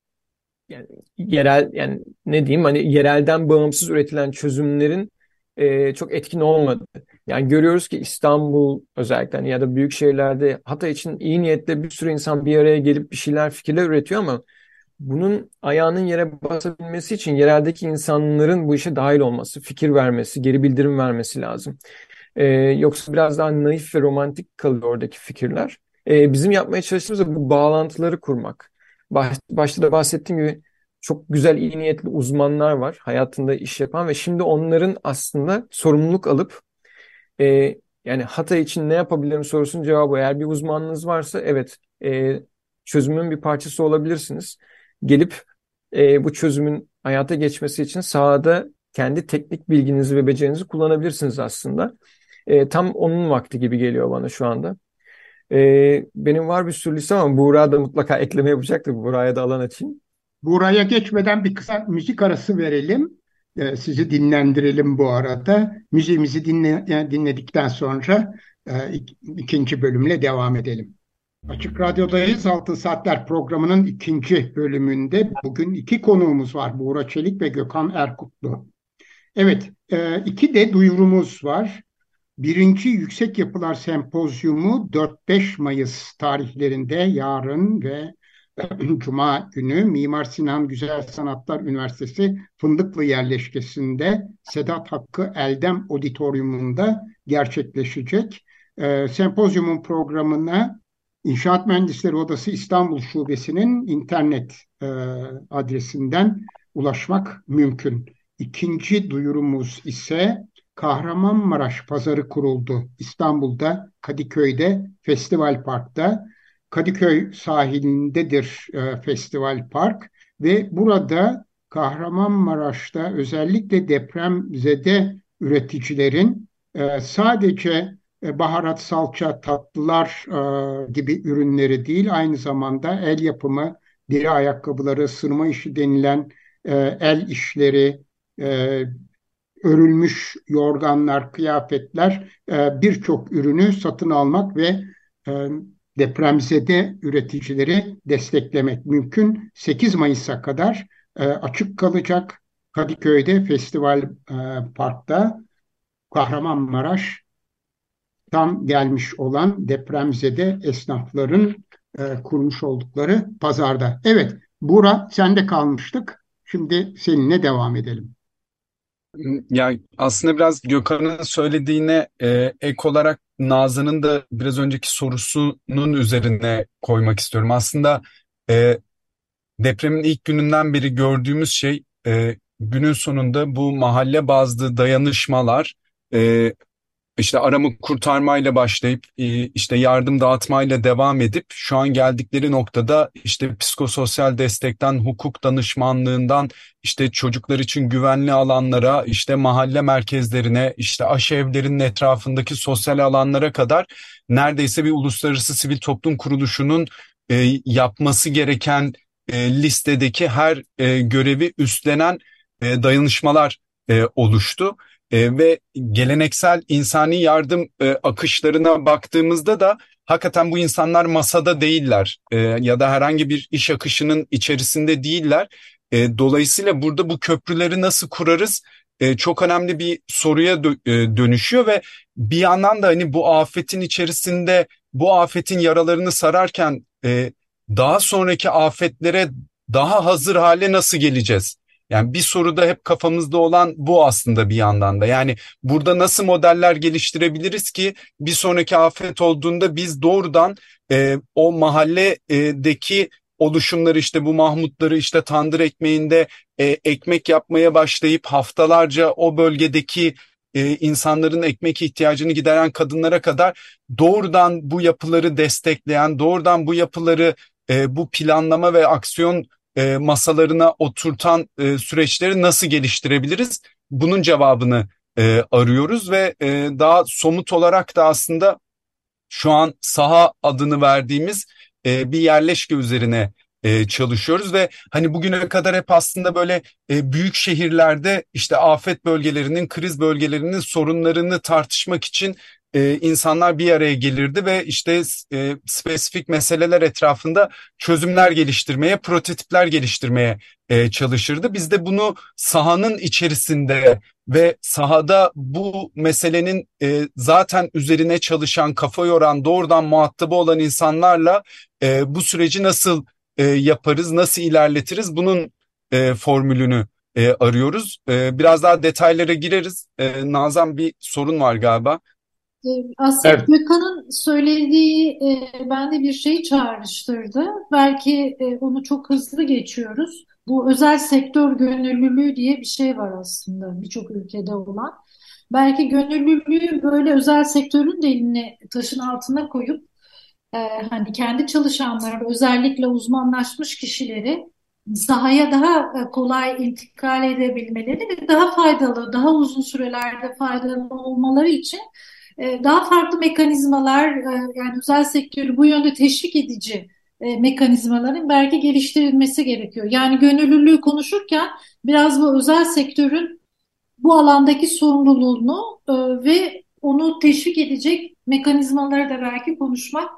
[SPEAKER 3] yani yerel, yani ne diyeyim, hani yerelden bağımsız üretilen çözümlerin e, çok etkin olmadı. Yani görüyoruz ki İstanbul özellikle hani ya da büyük şehirlerde Hatay için iyi niyetle bir sürü insan bir araya gelip bir şeyler, fikirler üretiyor ama bunun ayağının yere basabilmesi için yereldeki insanların bu işe dahil olması, fikir vermesi, geri bildirim vermesi lazım. Ee, yoksa biraz daha naif ve romantik kalıyor oradaki fikirler. Ee, bizim yapmaya çalıştığımız da bu bağlantıları kurmak. Baş, başta da bahsettiğim gibi çok güzel, iyi niyetli uzmanlar var hayatında iş yapan ve şimdi onların aslında sorumluluk alıp e, yani Hatay için ne yapabilirim sorusunun cevabı, eğer bir uzmanınız varsa evet, e, çözümün bir parçası olabilirsiniz. Gelip e, bu çözümün hayata geçmesi için sahada kendi teknik bilginizi ve becerinizi kullanabilirsiniz aslında. E, tam onun vakti gibi geliyor bana şu anda. E, benim var bir sürü liste ama Buğra da mutlaka ekleme yapacaktır. Buğra'ya da alan açayım.
[SPEAKER 2] Buraya geçmeden bir kısa müzik arası verelim. Ee, sizi dinlendirelim bu arada. Müziğimizi dinle, yani dinledikten sonra e, ik- ikinci bölümle devam edelim. Açık Radyo'dayız. Altın Saatler programının ikinci bölümünde bugün iki konuğumuz var. Buğra Çelik ve Gökhan Erkutlu. Evet, e, iki de duyurumuz var. Birinci Yüksek Yapılar Sempozyumu dört beş Mayıs tarihlerinde yarın ve Cuma günü Mimar Sinan Güzel Sanatlar Üniversitesi Fındıklı yerleşkesinde Sedat Hakkı Eldem Auditorium'unda gerçekleşecek. E, sempozyumun programına İnşaat Mühendisleri Odası İstanbul Şubesi'nin internet e, adresinden ulaşmak mümkün. İkinci duyurumuz ise Kahramanmaraş Pazarı kuruldu. İstanbul'da, Kadıköy'de, Festival Park'ta. Kadıköy sahilindedir e, Festival Park ve burada Kahramanmaraş'ta özellikle depremzede üreticilerin e, sadece e, baharat, salça, tatlılar e, gibi ürünleri değil, aynı zamanda el yapımı, deri ayakkabıları, sırma işi denilen e, el işleri, e, örülmüş yorganlar, kıyafetler, e, birçok ürünü satın almak ve e, depremzede üreticileri desteklemek mümkün. sekiz Mayıs'a kadar e, açık kalacak Kadıköy'de Festival e, Park'ta Kahramanmaraş tam gelmiş olan depremzede esnafların e, kurmuş oldukları pazarda. Evet, Buğra sende kalmıştık. Şimdi seninle devam edelim.
[SPEAKER 4] Ya aslında biraz Gökhan'ın söylediğine e, ek olarak Nazan'ın da biraz önceki sorusunun üzerine koymak istiyorum. Aslında e, depremin ilk gününden beri gördüğümüz şey, e, günün sonunda bu mahalle bazlı dayanışmalar, e, işte arama kurtarmayla başlayıp e, işte yardım dağıtmayla devam edip şu an geldikleri noktada işte psikososyal destekten, hukuk danışmanlığından, işte çocuklar için güvenli alanlara, işte mahalle merkezlerine, işte aşevlerinin etrafındaki sosyal alanlara kadar neredeyse bir uluslararası sivil toplum kuruluşunun e, yapması gereken e, listedeki her e, görevi üstlenen e, dayanışmalar e, oluştu. E, ve geleneksel insani yardım e, akışlarına baktığımızda da hakikaten bu insanlar masada değiller, e, ya da herhangi bir iş akışının içerisinde değiller. E, dolayısıyla burada bu köprüleri nasıl kurarız? E, çok önemli bir soruya dö- e, dönüşüyor ve bir yandan da hani bu afetin içerisinde bu afetin yaralarını sararken e, daha sonraki afetlere daha hazır hale nasıl geleceğiz? Yani bir soruda hep kafamızda olan bu aslında bir yandan da. Yani burada nasıl modeller geliştirebiliriz ki bir sonraki afet olduğunda biz doğrudan e, o mahalledeki oluşumları, işte bu Mahmutları, işte tandır ekmeğinde e, ekmek yapmaya başlayıp haftalarca o bölgedeki e, insanların ekmek ihtiyacını gideren kadınlara kadar doğrudan bu yapıları destekleyen, doğrudan bu yapıları e, bu planlama ve aksiyon e, masalarına oturtan e, süreçleri nasıl geliştirebiliriz? Bunun cevabını e, arıyoruz ve e, daha somut olarak da aslında şu an saha adını verdiğimiz e, bir yerleşke üzerine e, çalışıyoruz ve hani bugüne kadar hep aslında böyle e, büyük şehirlerde işte afet bölgelerinin, kriz bölgelerinin sorunlarını tartışmak için e, insanlar bir araya gelirdi ve işte e, spesifik meseleler etrafında çözümler geliştirmeye, prototipler geliştirmeye e, çalışırdı. Biz de bunu sahanın içerisinde ve sahada bu meselenin e, zaten üzerine çalışan, kafa yoran, doğrudan muhatabı olan insanlarla e, bu süreci nasıl e, yaparız, nasıl ilerletiriz bunun e, formülünü e, arıyoruz. E, biraz daha detaylara gireriz. E, Nazan, bir sorun var galiba.
[SPEAKER 6] E, Aslında
[SPEAKER 3] Evet.
[SPEAKER 6] Gökhan'ın söylediği e, bende bir şey çağrıştırdı. Belki e, onu çok hızlı geçiyoruz. Bu özel sektör gönüllülüğü diye bir şey var aslında birçok ülkede olan. Belki gönüllülüğü böyle özel sektörün de elini taşın altına koyup e, hani kendi çalışanları özellikle uzmanlaşmış kişileri sahaya daha e, kolay intikal edebilmeleri ve daha faydalı, daha uzun sürelerde faydalı olmaları için e, daha farklı mekanizmalar e, yani özel sektörü bu yönde teşvik edici e, mekanizmaların belki geliştirilmesi gerekiyor. Yani gönüllülüğü konuşurken biraz bu özel sektörün bu alandaki sorumluluğunu e, ve onu teşvik edecek mekanizmaları da belki konuşmak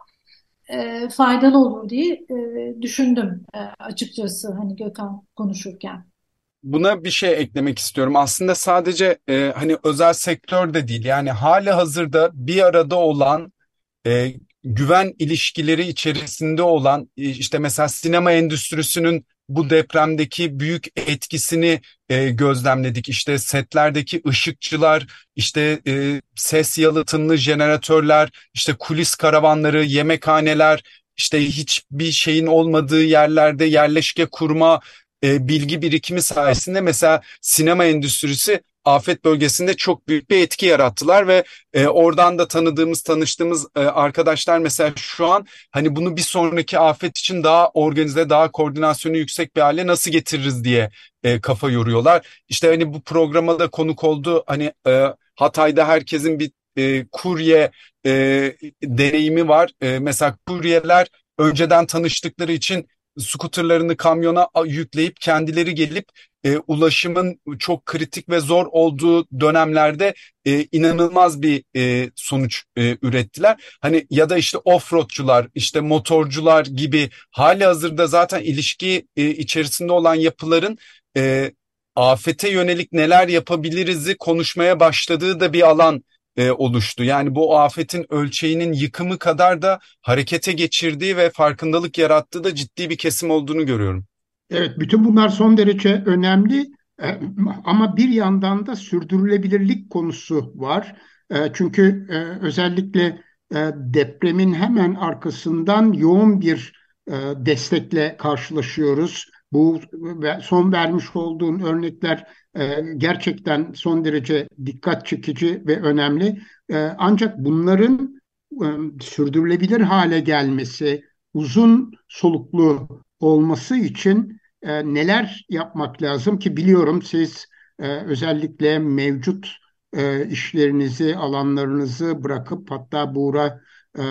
[SPEAKER 6] e, faydalı olur diye e, düşündüm e, açıkçası hani Gökhan konuşurken.
[SPEAKER 4] Buna bir şey eklemek istiyorum. Aslında sadece e, hani özel sektör de değil. Yani hali hazırda bir arada olan e, güven ilişkileri içerisinde olan e, işte mesela sinema endüstrisinin bu depremdeki büyük etkisini e, gözlemledik. İşte setlerdeki ışıkçılar, işte e, ses yalıtımlı jeneratörler, işte kulis karavanları, yemekhaneler, işte hiçbir şeyin olmadığı yerlerde yerleşke kurma e, bilgi birikimi sayesinde mesela sinema endüstrisi afet bölgesinde çok büyük bir etki yarattılar ve e, oradan da tanıdığımız, tanıştığımız e, arkadaşlar mesela şu an hani bunu bir sonraki afet için daha organize, daha koordinasyonu yüksek bir hale nasıl getiririz diye e, kafa yoruyorlar. İşte hani bu programa da konuk oldu. Hani e, Hatay'da herkesin bir e, kurye e, deneyimi var. E, mesela kuryeler önceden tanıştıkları için skuterlarını kamyona yükleyip kendileri gelip e, ulaşımın çok kritik ve zor olduğu dönemlerde e, inanılmaz bir e, sonuç e, ürettiler. Hani ya da işte offroadçular, işte motorcular gibi hali hazırda zaten ilişki e, içerisinde olan yapıların e, afete yönelik neler yapabiliriz'i konuşmaya başladığı da bir alan e, oluştu. Yani bu afetin ölçeğinin yıkımı kadar da harekete geçirdiği ve farkındalık yarattığı da ciddi bir kesim olduğunu görüyorum.
[SPEAKER 2] Evet, bütün bunlar son derece önemli. E, ama bir yandan da sürdürülebilirlik konusu var. E, çünkü e, özellikle e, depremin hemen arkasından yoğun bir e, destekle karşılaşıyoruz. Bu ve son vermiş olduğun örnekler e, gerçekten son derece dikkat çekici ve önemli. E, ancak bunların e, sürdürülebilir hale gelmesi, uzun soluklu olması için e, neler yapmak lazım ki biliyorum siz e, özellikle mevcut e, işlerinizi, alanlarınızı bırakıp hatta Buğra e,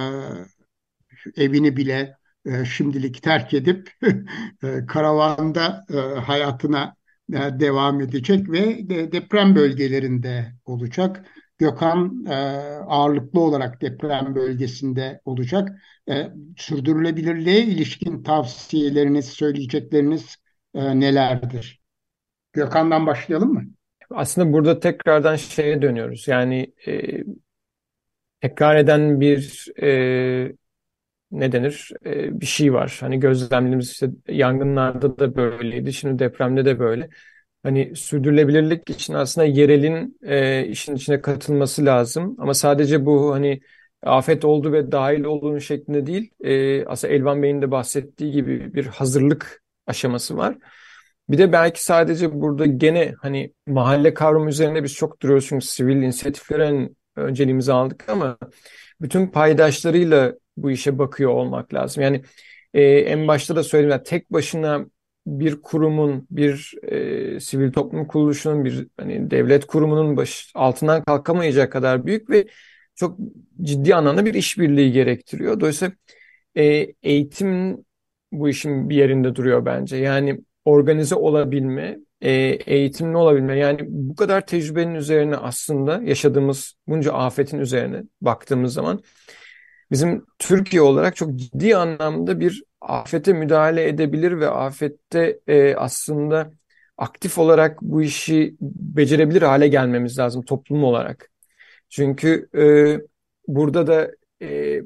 [SPEAKER 2] evini bile e, şimdilik terk edip e, karavanda e, hayatına e, devam edecek ve de, deprem bölgelerinde olacak. Gökhan e, ağırlıklı olarak deprem bölgesinde olacak. E, sürdürülebilirliğe ilişkin tavsiyeleriniz, söyleyecekleriniz e, nelerdir? Gökhan'dan başlayalım mı?
[SPEAKER 3] Aslında burada tekrardan şeye dönüyoruz. Yani e, tekrar eden bir e, ne denir e, bir şey var. Hani gözlemlerimiz işte yangınlarda da böyleydi. Şimdi depremde de böyle. Hani sürdürülebilirlik için aslında yerelin e, işin içine katılması lazım. Ama sadece bu hani afet oldu ve dahil olduğunu şeklinde değil. E, aslında Elvan Bey'in de bahsettiği gibi bir hazırlık aşaması var. Bir de belki sadece burada gene hani mahalle kavramı üzerinde biz çok duruyoruz çünkü sivil inisiyatiflerin önceliğimizi aldık ama bütün paydaşlarıyla bu işe bakıyor olmak lazım. Yani e, en başta da söyledim, yani tek başına bir kurumun, bir e, sivil toplum kuruluşunun, bir hani devlet kurumunun baş, altından kalkamayacak kadar büyük ve çok ciddi anlamda bir işbirliği gerektiriyor. Dolayısıyla e, eğitim bu işin bir yerinde duruyor bence. Yani organize olabilme, e, eğitimli olabilme. Yani bu kadar tecrübenin üzerine, aslında yaşadığımız bunca afetin üzerine baktığımız zaman bizim Türkiye olarak çok ciddi anlamda bir afete müdahale edebilir ve afette e, aslında aktif olarak bu işi becerebilir hale gelmemiz lazım toplum olarak. Çünkü e, burada da e,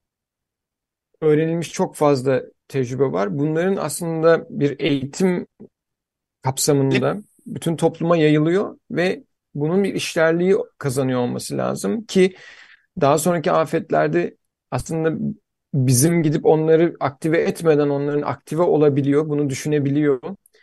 [SPEAKER 3] öğrenilmiş çok fazla tecrübe var. Bunların aslında bir eğitim kapsamında bütün topluma yayılıyor ve bunun bir işlerliği kazanıyor olması lazım ki daha sonraki afetlerde aslında bizim gidip onları aktive etmeden onların aktive olabiliyor, bunu düşünebiliyor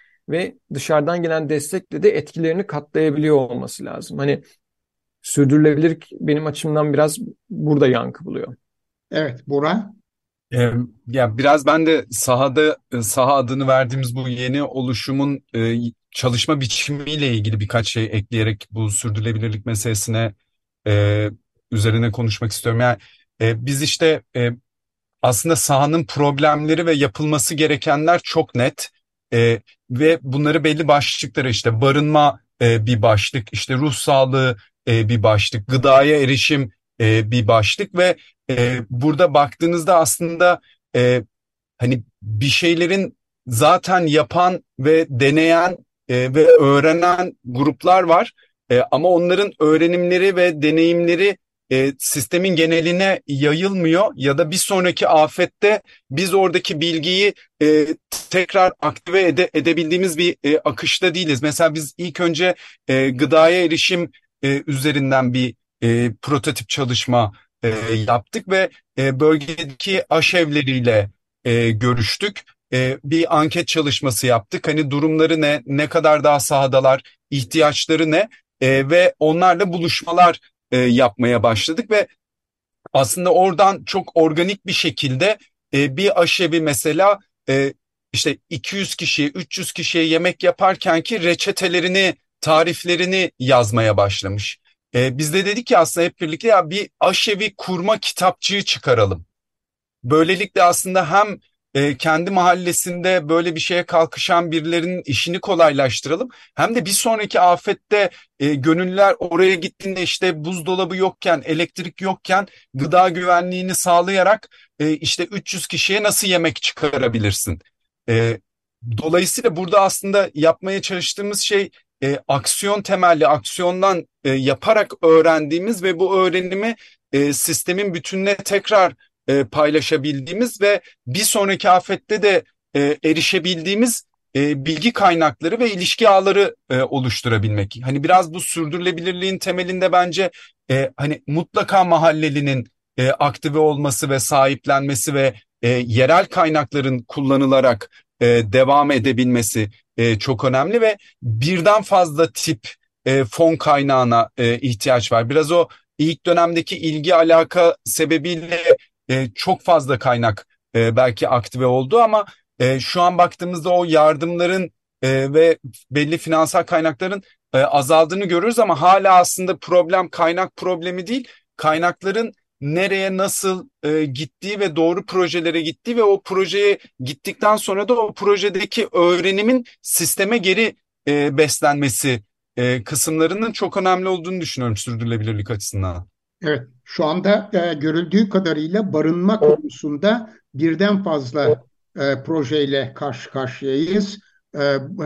[SPEAKER 3] ve dışarıdan gelen destekle de etkilerini katlayabiliyor olması lazım. Hani sürdürülebilirlik benim açımdan biraz burada yankı buluyor.
[SPEAKER 2] Evet, Burak.
[SPEAKER 4] Ee, Ya biraz ben de sahada e, saha adını verdiğimiz bu yeni oluşumun e, çalışma biçimiyle ilgili birkaç şey ekleyerek bu sürdürülebilirlik meselesine e, üzerine konuşmak istiyorum. Yani e, biz işte e, aslında sahanın problemleri ve yapılması gerekenler çok net. Ee, ve bunları belli başlıklara, işte barınma e, bir başlık, işte ruh sağlığı e, bir başlık, gıdaya erişim e, bir başlık ve e, burada baktığınızda aslında e, hani bir şeylerin zaten yapan ve deneyen e, ve öğrenen gruplar var. E, ama onların öğrenimleri ve deneyimleri e, sistemin geneline yayılmıyor ya da bir sonraki afette biz oradaki bilgiyi e, tekrar aktive ede, edebildiğimiz bir e, akışta değiliz. Mesela biz ilk önce e, gıdaya erişim e, üzerinden bir e, prototip çalışma e, yaptık ve e, bölgedeki aşevleriyle e, görüştük. E, bir anket çalışması yaptık. Hani durumları ne, ne kadar daha sahadalar, ihtiyaçları ne E, ve onlarla buluşmalar e, yapmaya başladık ve aslında oradan çok organik bir şekilde e, bir aşevi mesela e, işte iki yüz kişiye, üç yüz kişiye yemek yaparken ki reçetelerini, tariflerini yazmaya başlamış. E, biz de dedik ki aslında hep birlikte ya bir aşevi kurma kitapçığı çıkaralım. Böylelikle aslında hem e, kendi mahallesinde böyle bir şeye kalkışan birilerinin işini kolaylaştıralım. Hem de bir sonraki afette e, gönüllüler oraya gittiğinde işte buzdolabı yokken, elektrik yokken gıda güvenliğini sağlayarak e, işte üç yüz kişiye nasıl yemek çıkarabilirsin? E, Dolayısıyla burada aslında yapmaya çalıştığımız şey e, aksiyon temelli, aksiyondan e, yaparak öğrendiğimiz ve bu öğrenimi e, sistemin bütününe tekrar e, paylaşabildiğimiz ve bir sonraki afette de e, erişebildiğimiz e, bilgi kaynakları ve ilişki ağları e, oluşturabilmek. Hani biraz bu sürdürülebilirliğin temelinde bence e, hani mutlaka mahallelinin e, aktive olması ve sahiplenmesi ve e, yerel kaynakların kullanılarak e, devam edebilmesi e, çok önemli ve birden fazla tip e, fon kaynağına e, ihtiyaç var. Biraz o ilk dönemdeki ilgi alaka sebebiyle e, çok fazla kaynak e, belki aktive oldu ama e, şu an baktığımızda o yardımların e, ve belli finansal kaynakların e, azaldığını görüyoruz ama hala aslında problem kaynak problemi değil, kaynakların nereye nasıl e, gittiği ve doğru projelere gittiği ve o projeye gittikten sonra da o projedeki öğrenimin sisteme geri e, beslenmesi e, kısımlarının çok önemli olduğunu düşünüyorum sürdürülebilirlik açısından.
[SPEAKER 2] Evet, şu anda e, görüldüğü kadarıyla barınma konusunda birden fazla e, projeyle karşı karşıyayız. E,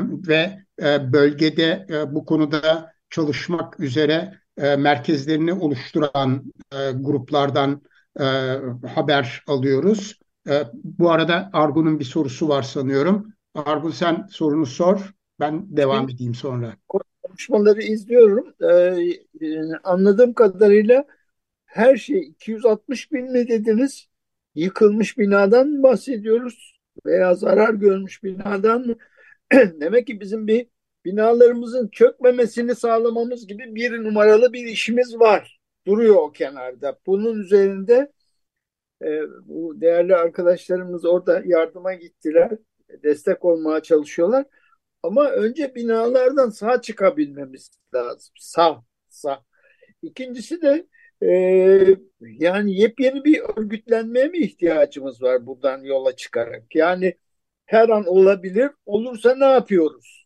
[SPEAKER 2] ve e, bölgede e, bu konuda çalışmak üzere e, merkezlerini oluşturan e, gruplardan e, haber alıyoruz. E, bu arada Argun'un bir sorusu var sanıyorum. Argun, sen sorunu sor, ben devam edeyim sonra.
[SPEAKER 7] Konuşmaları izliyorum. Ee, e, anladığım kadarıyla her şey iki yüz altmış bin mi dediniz? Yıkılmış binadan mı bahsediyoruz? Veya zarar görmüş binadan mı? Demek ki bizim bir binalarımızın çökmemesini sağlamamız gibi bir numaralı bir işimiz var. Duruyor o kenarda. Bunun üzerinde E, bu değerli arkadaşlarımız orada yardıma gittiler. Destek olmaya çalışıyorlar. Ama önce binalardan sağ çıkabilmemiz lazım. Sağ, sağ. İkincisi de e, yani yepyeni bir örgütlenmeye mi ihtiyacımız var buradan yola çıkarak? Yani her an olabilir, olursa ne yapıyoruz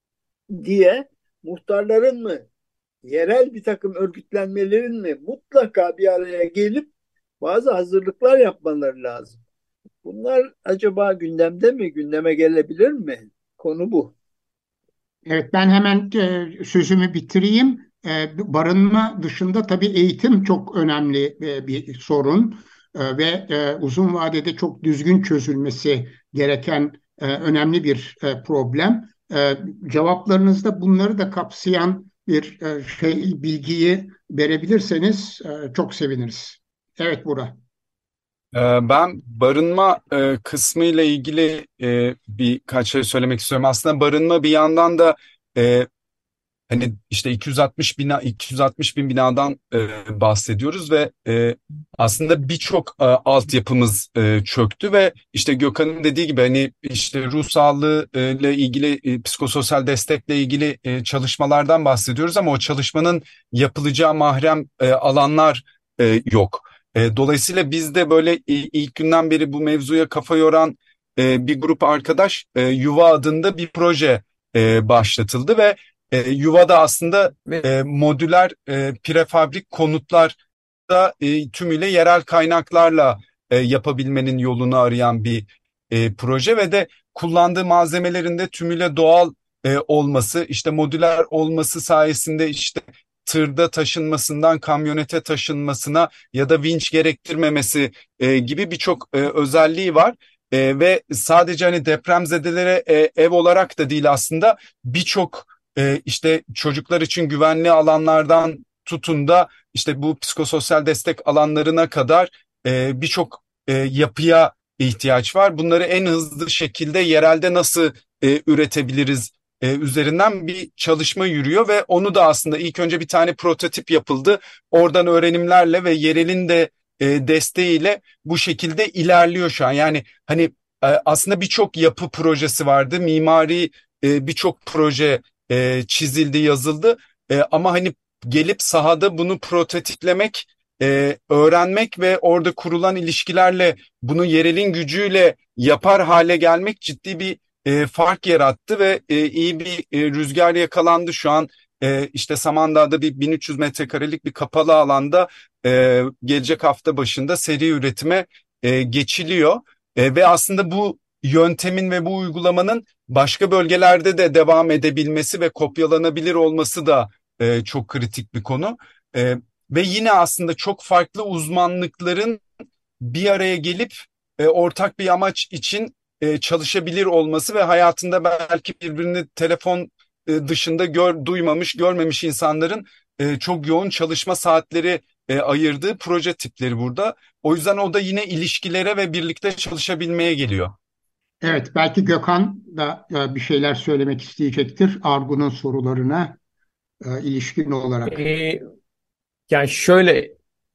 [SPEAKER 7] diye muhtarların mı, yerel bir takım örgütlenmelerin mi mutlaka bir araya gelip bazı hazırlıklar yapmaları lazım. Bunlar acaba gündemde mi, gündeme gelebilir mi? Konu bu.
[SPEAKER 2] Evet, ben hemen e, sözümü bitireyim. E, barınma dışında tabii eğitim çok önemli e, bir sorun. E, ve e, uzun vadede çok düzgün çözülmesi gereken e, önemli bir e, problem. E, cevaplarınızda bunları da kapsayan bir e, şey bilgiyi verebilirseniz e, çok seviniriz. Evet, Burak.
[SPEAKER 4] Ee, Ben barınma e, kısmı ile ilgili e, birkaç şey söylemek istiyorum. Aslında barınma bir yandan da e, hani işte iki yüz altmış bina iki yüz altmış bin binadan e, bahsediyoruz ve e, aslında birçok e, altyapımız e, çöktü ve işte Gökhan'ın dediği gibi hani işte ruh sağlığı e, ile ilgili e, psikososyal destekle ilgili e, çalışmalardan bahsediyoruz ama o çalışmanın yapılacağı mahrem e, alanlar e, yok. E, dolayısıyla biz de böyle i- ilk günden beri bu mevzuya kafa yoran e, bir grup arkadaş e, Yuva adında bir proje e, başlatıldı ve e, Yuva'da aslında
[SPEAKER 3] Ve
[SPEAKER 4] e, modüler e, prefabrik konutlar da e, tümüyle yerel kaynaklarla e, yapabilmenin yolunu arayan bir e, proje ve de kullandığı malzemelerin de tümüyle doğal e, olması, işte modüler olması sayesinde işte tırda taşınmasından kamyonete taşınmasına ya da vinç gerektirmemesi e, gibi birçok e, özelliği var. E, ve sadece hani depremzedelere e, ev olarak da değil aslında birçok e, işte çocuklar için güvenli alanlardan tutun da işte bu psikososyal destek alanlarına kadar e, birçok e, yapıya ihtiyaç var. Bunları en hızlı şekilde yerelde nasıl e, üretebiliriz e, üzerinden bir çalışma yürüyor ve onu da aslında ilk önce bir tane prototip yapıldı. Oradan öğrenimlerle ve yerelin de e, desteğiyle bu şekilde ilerliyor şu an. Yani hani e, aslında birçok yapı projesi vardı. Mimari e, birçok proje e, çizildi, yazıldı. E, ama hani gelip sahada bunu prototiplemek, e, öğrenmek ve orada kurulan ilişkilerle bunu yerelin gücüyle yapar hale gelmek ciddi bir e, fark yarattı ve e, iyi bir e, rüzgar yakalandı şu an. E, işte Samandağ'da bir bin üç yüz metrekarelik bir kapalı alanda e, gelecek hafta başında seri üretime e, geçiliyor. E, ve aslında bu yöntemin ve bu uygulamanın başka bölgelerde de devam edebilmesi ve kopyalanabilir olması da e, çok kritik bir konu. E, Ve yine aslında çok farklı uzmanlıkların bir araya gelip e, ortak bir amaç için e, çalışabilir olması ve hayatında belki birbirini telefon e, dışında gör, duymamış, görmemiş insanların e, çok yoğun çalışma saatleri e, ayırdığı proje tipleri burada. O yüzden o da yine ilişkilere ve birlikte çalışabilmeye geliyor.
[SPEAKER 2] Evet, belki Gökhan da e, bir şeyler söylemek isteyecektir Argun'un sorularına e, ilişkin olarak.
[SPEAKER 3] e, yani şöyle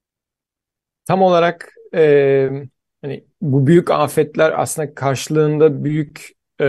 [SPEAKER 3] tam olarak e, hani bu büyük afetler aslında karşılığında büyük e,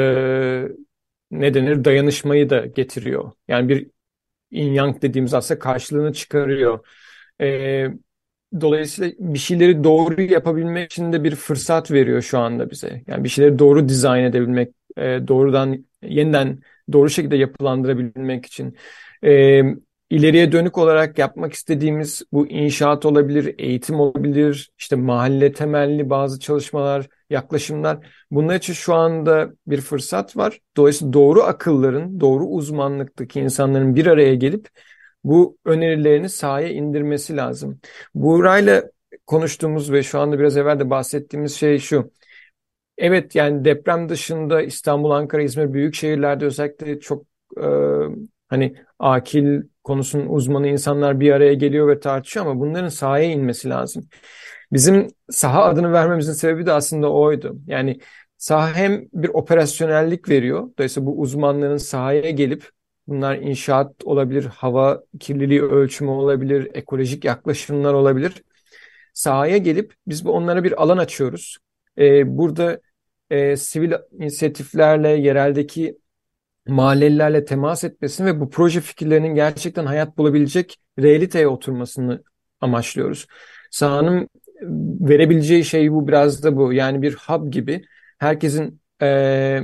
[SPEAKER 3] ne denir dayanışmayı da getiriyor. Yani bir yin yang dediğimiz aslında karşılığını çıkarıyor. E, Dolayısıyla bir şeyleri doğru yapabilmek için de bir fırsat veriyor şu anda bize. Yani bir şeyleri doğru dizayn edebilmek, e, doğrudan yeniden doğru şekilde yapılandırabilmek için. E, ileriye dönük olarak yapmak istediğimiz bu inşaat olabilir, eğitim olabilir, işte mahalle temelli bazı çalışmalar, yaklaşımlar. Bunlar için şu anda bir fırsat var. Dolayısıyla doğru akılların, doğru uzmanlıktaki insanların bir araya gelip bu önerilerini sahaya indirmesi lazım. Buğra'yla konuştuğumuz ve şu anda biraz evvel de bahsettiğimiz şey şu. Evet yani deprem dışında İstanbul, Ankara, İzmir büyük şehirlerde özellikle çok e, hani akil konusunun uzmanı insanlar bir araya geliyor ve tartışıyor ama bunların sahaya inmesi lazım. Bizim saha adını vermemizin sebebi de aslında oydu. Yani saha hem bir operasyonellik veriyor. Dolayısıyla bu uzmanların sahaya gelip bunlar inşaat olabilir, hava kirliliği ölçümü olabilir, ekolojik yaklaşımlar olabilir. sahaya gelip biz bu onlara bir alan açıyoruz. E, burada e, sivil inisiyatiflerle, yereldeki mahallelilerle temas etmesini ve bu proje fikirlerinin gerçekten hayat bulabilecek realiteye oturmasını amaçlıyoruz. Sahanın verebileceği şey bu, biraz da bu. Yani bir hub gibi herkesin e,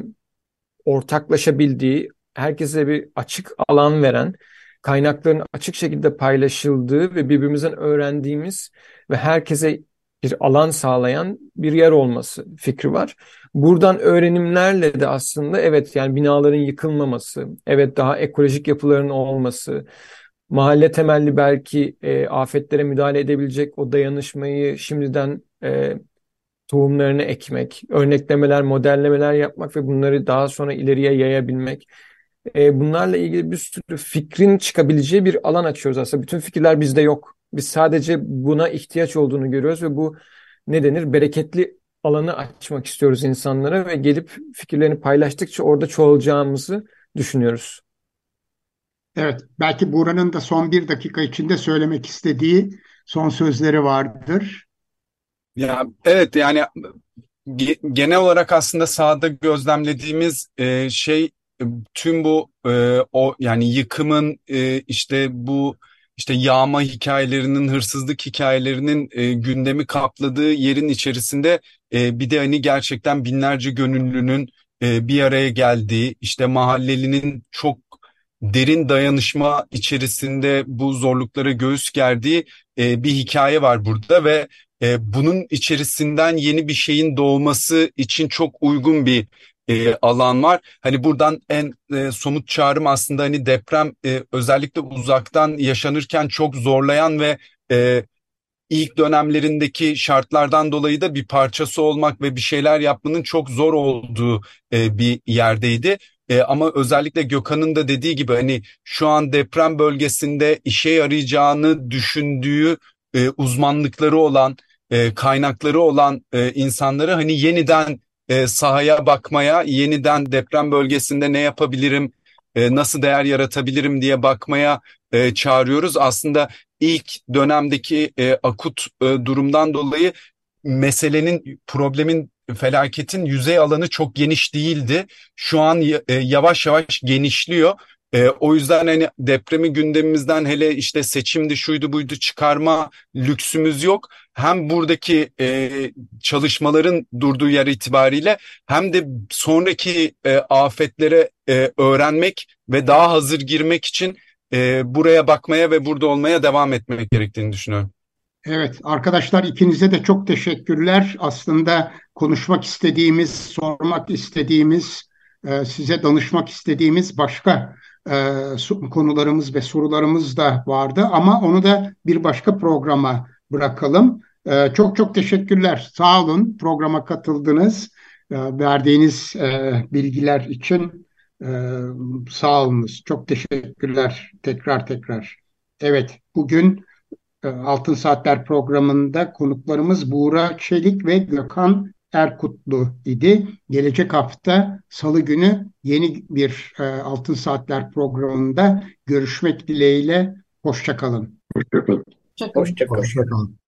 [SPEAKER 3] ortaklaşabildiği, herkese bir açık alan veren, kaynakların açık şekilde paylaşıldığı ve birbirimizden öğrendiğimiz ve herkese bir alan sağlayan bir yer olması fikri var. Buradan öğrenimlerle de aslında evet, yani binaların yıkılmaması, evet daha ekolojik yapıların olması, mahalle temelli belki e, afetlere müdahale edebilecek o dayanışmayı şimdiden e, tohumlarını ekmek, örneklemeler, modellemeler yapmak ve bunları daha sonra ileriye yayabilmek. E, bunlarla ilgili bir sürü fikrin çıkabileceği bir alan açıyoruz aslında. Bütün fikirler bizde yok. Biz sadece buna ihtiyaç olduğunu görüyoruz ve bu ne denir? Bereketli alanı açmak istiyoruz insanlara ve gelip fikirlerini paylaştıkça orada çoğalacağımızı düşünüyoruz.
[SPEAKER 2] Evet, belki Buğra'nın da son bir dakika içinde söylemek istediği son sözleri vardır.
[SPEAKER 4] Ya evet, yani ge- genel olarak aslında sahada gözlemlediğimiz e, şey e, tüm bu e, o yani yıkımın, e, işte bu işte yağma hikayelerinin, hırsızlık hikayelerinin e, gündemi kapladığı yerin içerisinde e, bir de hani gerçekten binlerce gönüllünün e, bir araya geldiği, işte mahallelinin çok derin dayanışma içerisinde bu zorluklara göğüs gerdiği e, bir hikaye var burada ve e, bunun içerisinden yeni bir şeyin doğması için çok uygun bir e, alan var. Hani buradan en e, somut çağrım aslında hani deprem e, özellikle uzaktan yaşanırken çok zorlayan ve e, ilk dönemlerindeki şartlardan dolayı da bir parçası olmak ve bir şeyler yapmanın çok zor olduğu e, bir yerdeydi. E, ama özellikle Gökhan'ın da dediği gibi hani şu an deprem bölgesinde işe yarayacağını düşündüğü e, uzmanlıkları olan, e, kaynakları olan e, insanları hani yeniden e, sahaya bakmaya, yeniden deprem bölgesinde ne yapabilirim, e, nasıl değer yaratabilirim diye bakmaya e, çağırıyoruz. Aslında ilk dönemdeki e, akut e, durumdan dolayı meselenin, problemin, felaketin yüzey alanı çok geniş değildi. Şu an y- e, yavaş yavaş genişliyor. E, o yüzden hani depremi gündemimizden, hele işte seçimdi, şuydu buydu çıkarma lüksümüz yok. Hem buradaki e, çalışmaların durduğu yer itibariyle hem de sonraki e, afetlere e, öğrenmek ve daha hazır girmek için e, buraya bakmaya ve burada olmaya devam etmek gerektiğini düşünüyorum.
[SPEAKER 2] Evet, arkadaşlar ikinize de çok teşekkürler. Aslında konuşmak istediğimiz, sormak istediğimiz, e, size danışmak istediğimiz başka e, su- konularımız ve sorularımız da vardı. Ama onu da bir başka programa bırakalım. E, çok çok teşekkürler. Sağ olun, programa katıldınız. E, verdiğiniz e, bilgiler için e, sağ olunuz. Çok teşekkürler tekrar tekrar. Evet, bugün e, Altın Saatler programında konuklarımız Buğra Çelik ve Gökhan Erkutlu idi. Gelecek hafta Salı günü yeni bir e, Altın Saatler programında görüşmek dileğiyle. Hoşça kalın.
[SPEAKER 5] Hoşça kalın.
[SPEAKER 6] Hoşça kalın.
[SPEAKER 7] Hoşça kalın.
[SPEAKER 2] Hoşça kalın.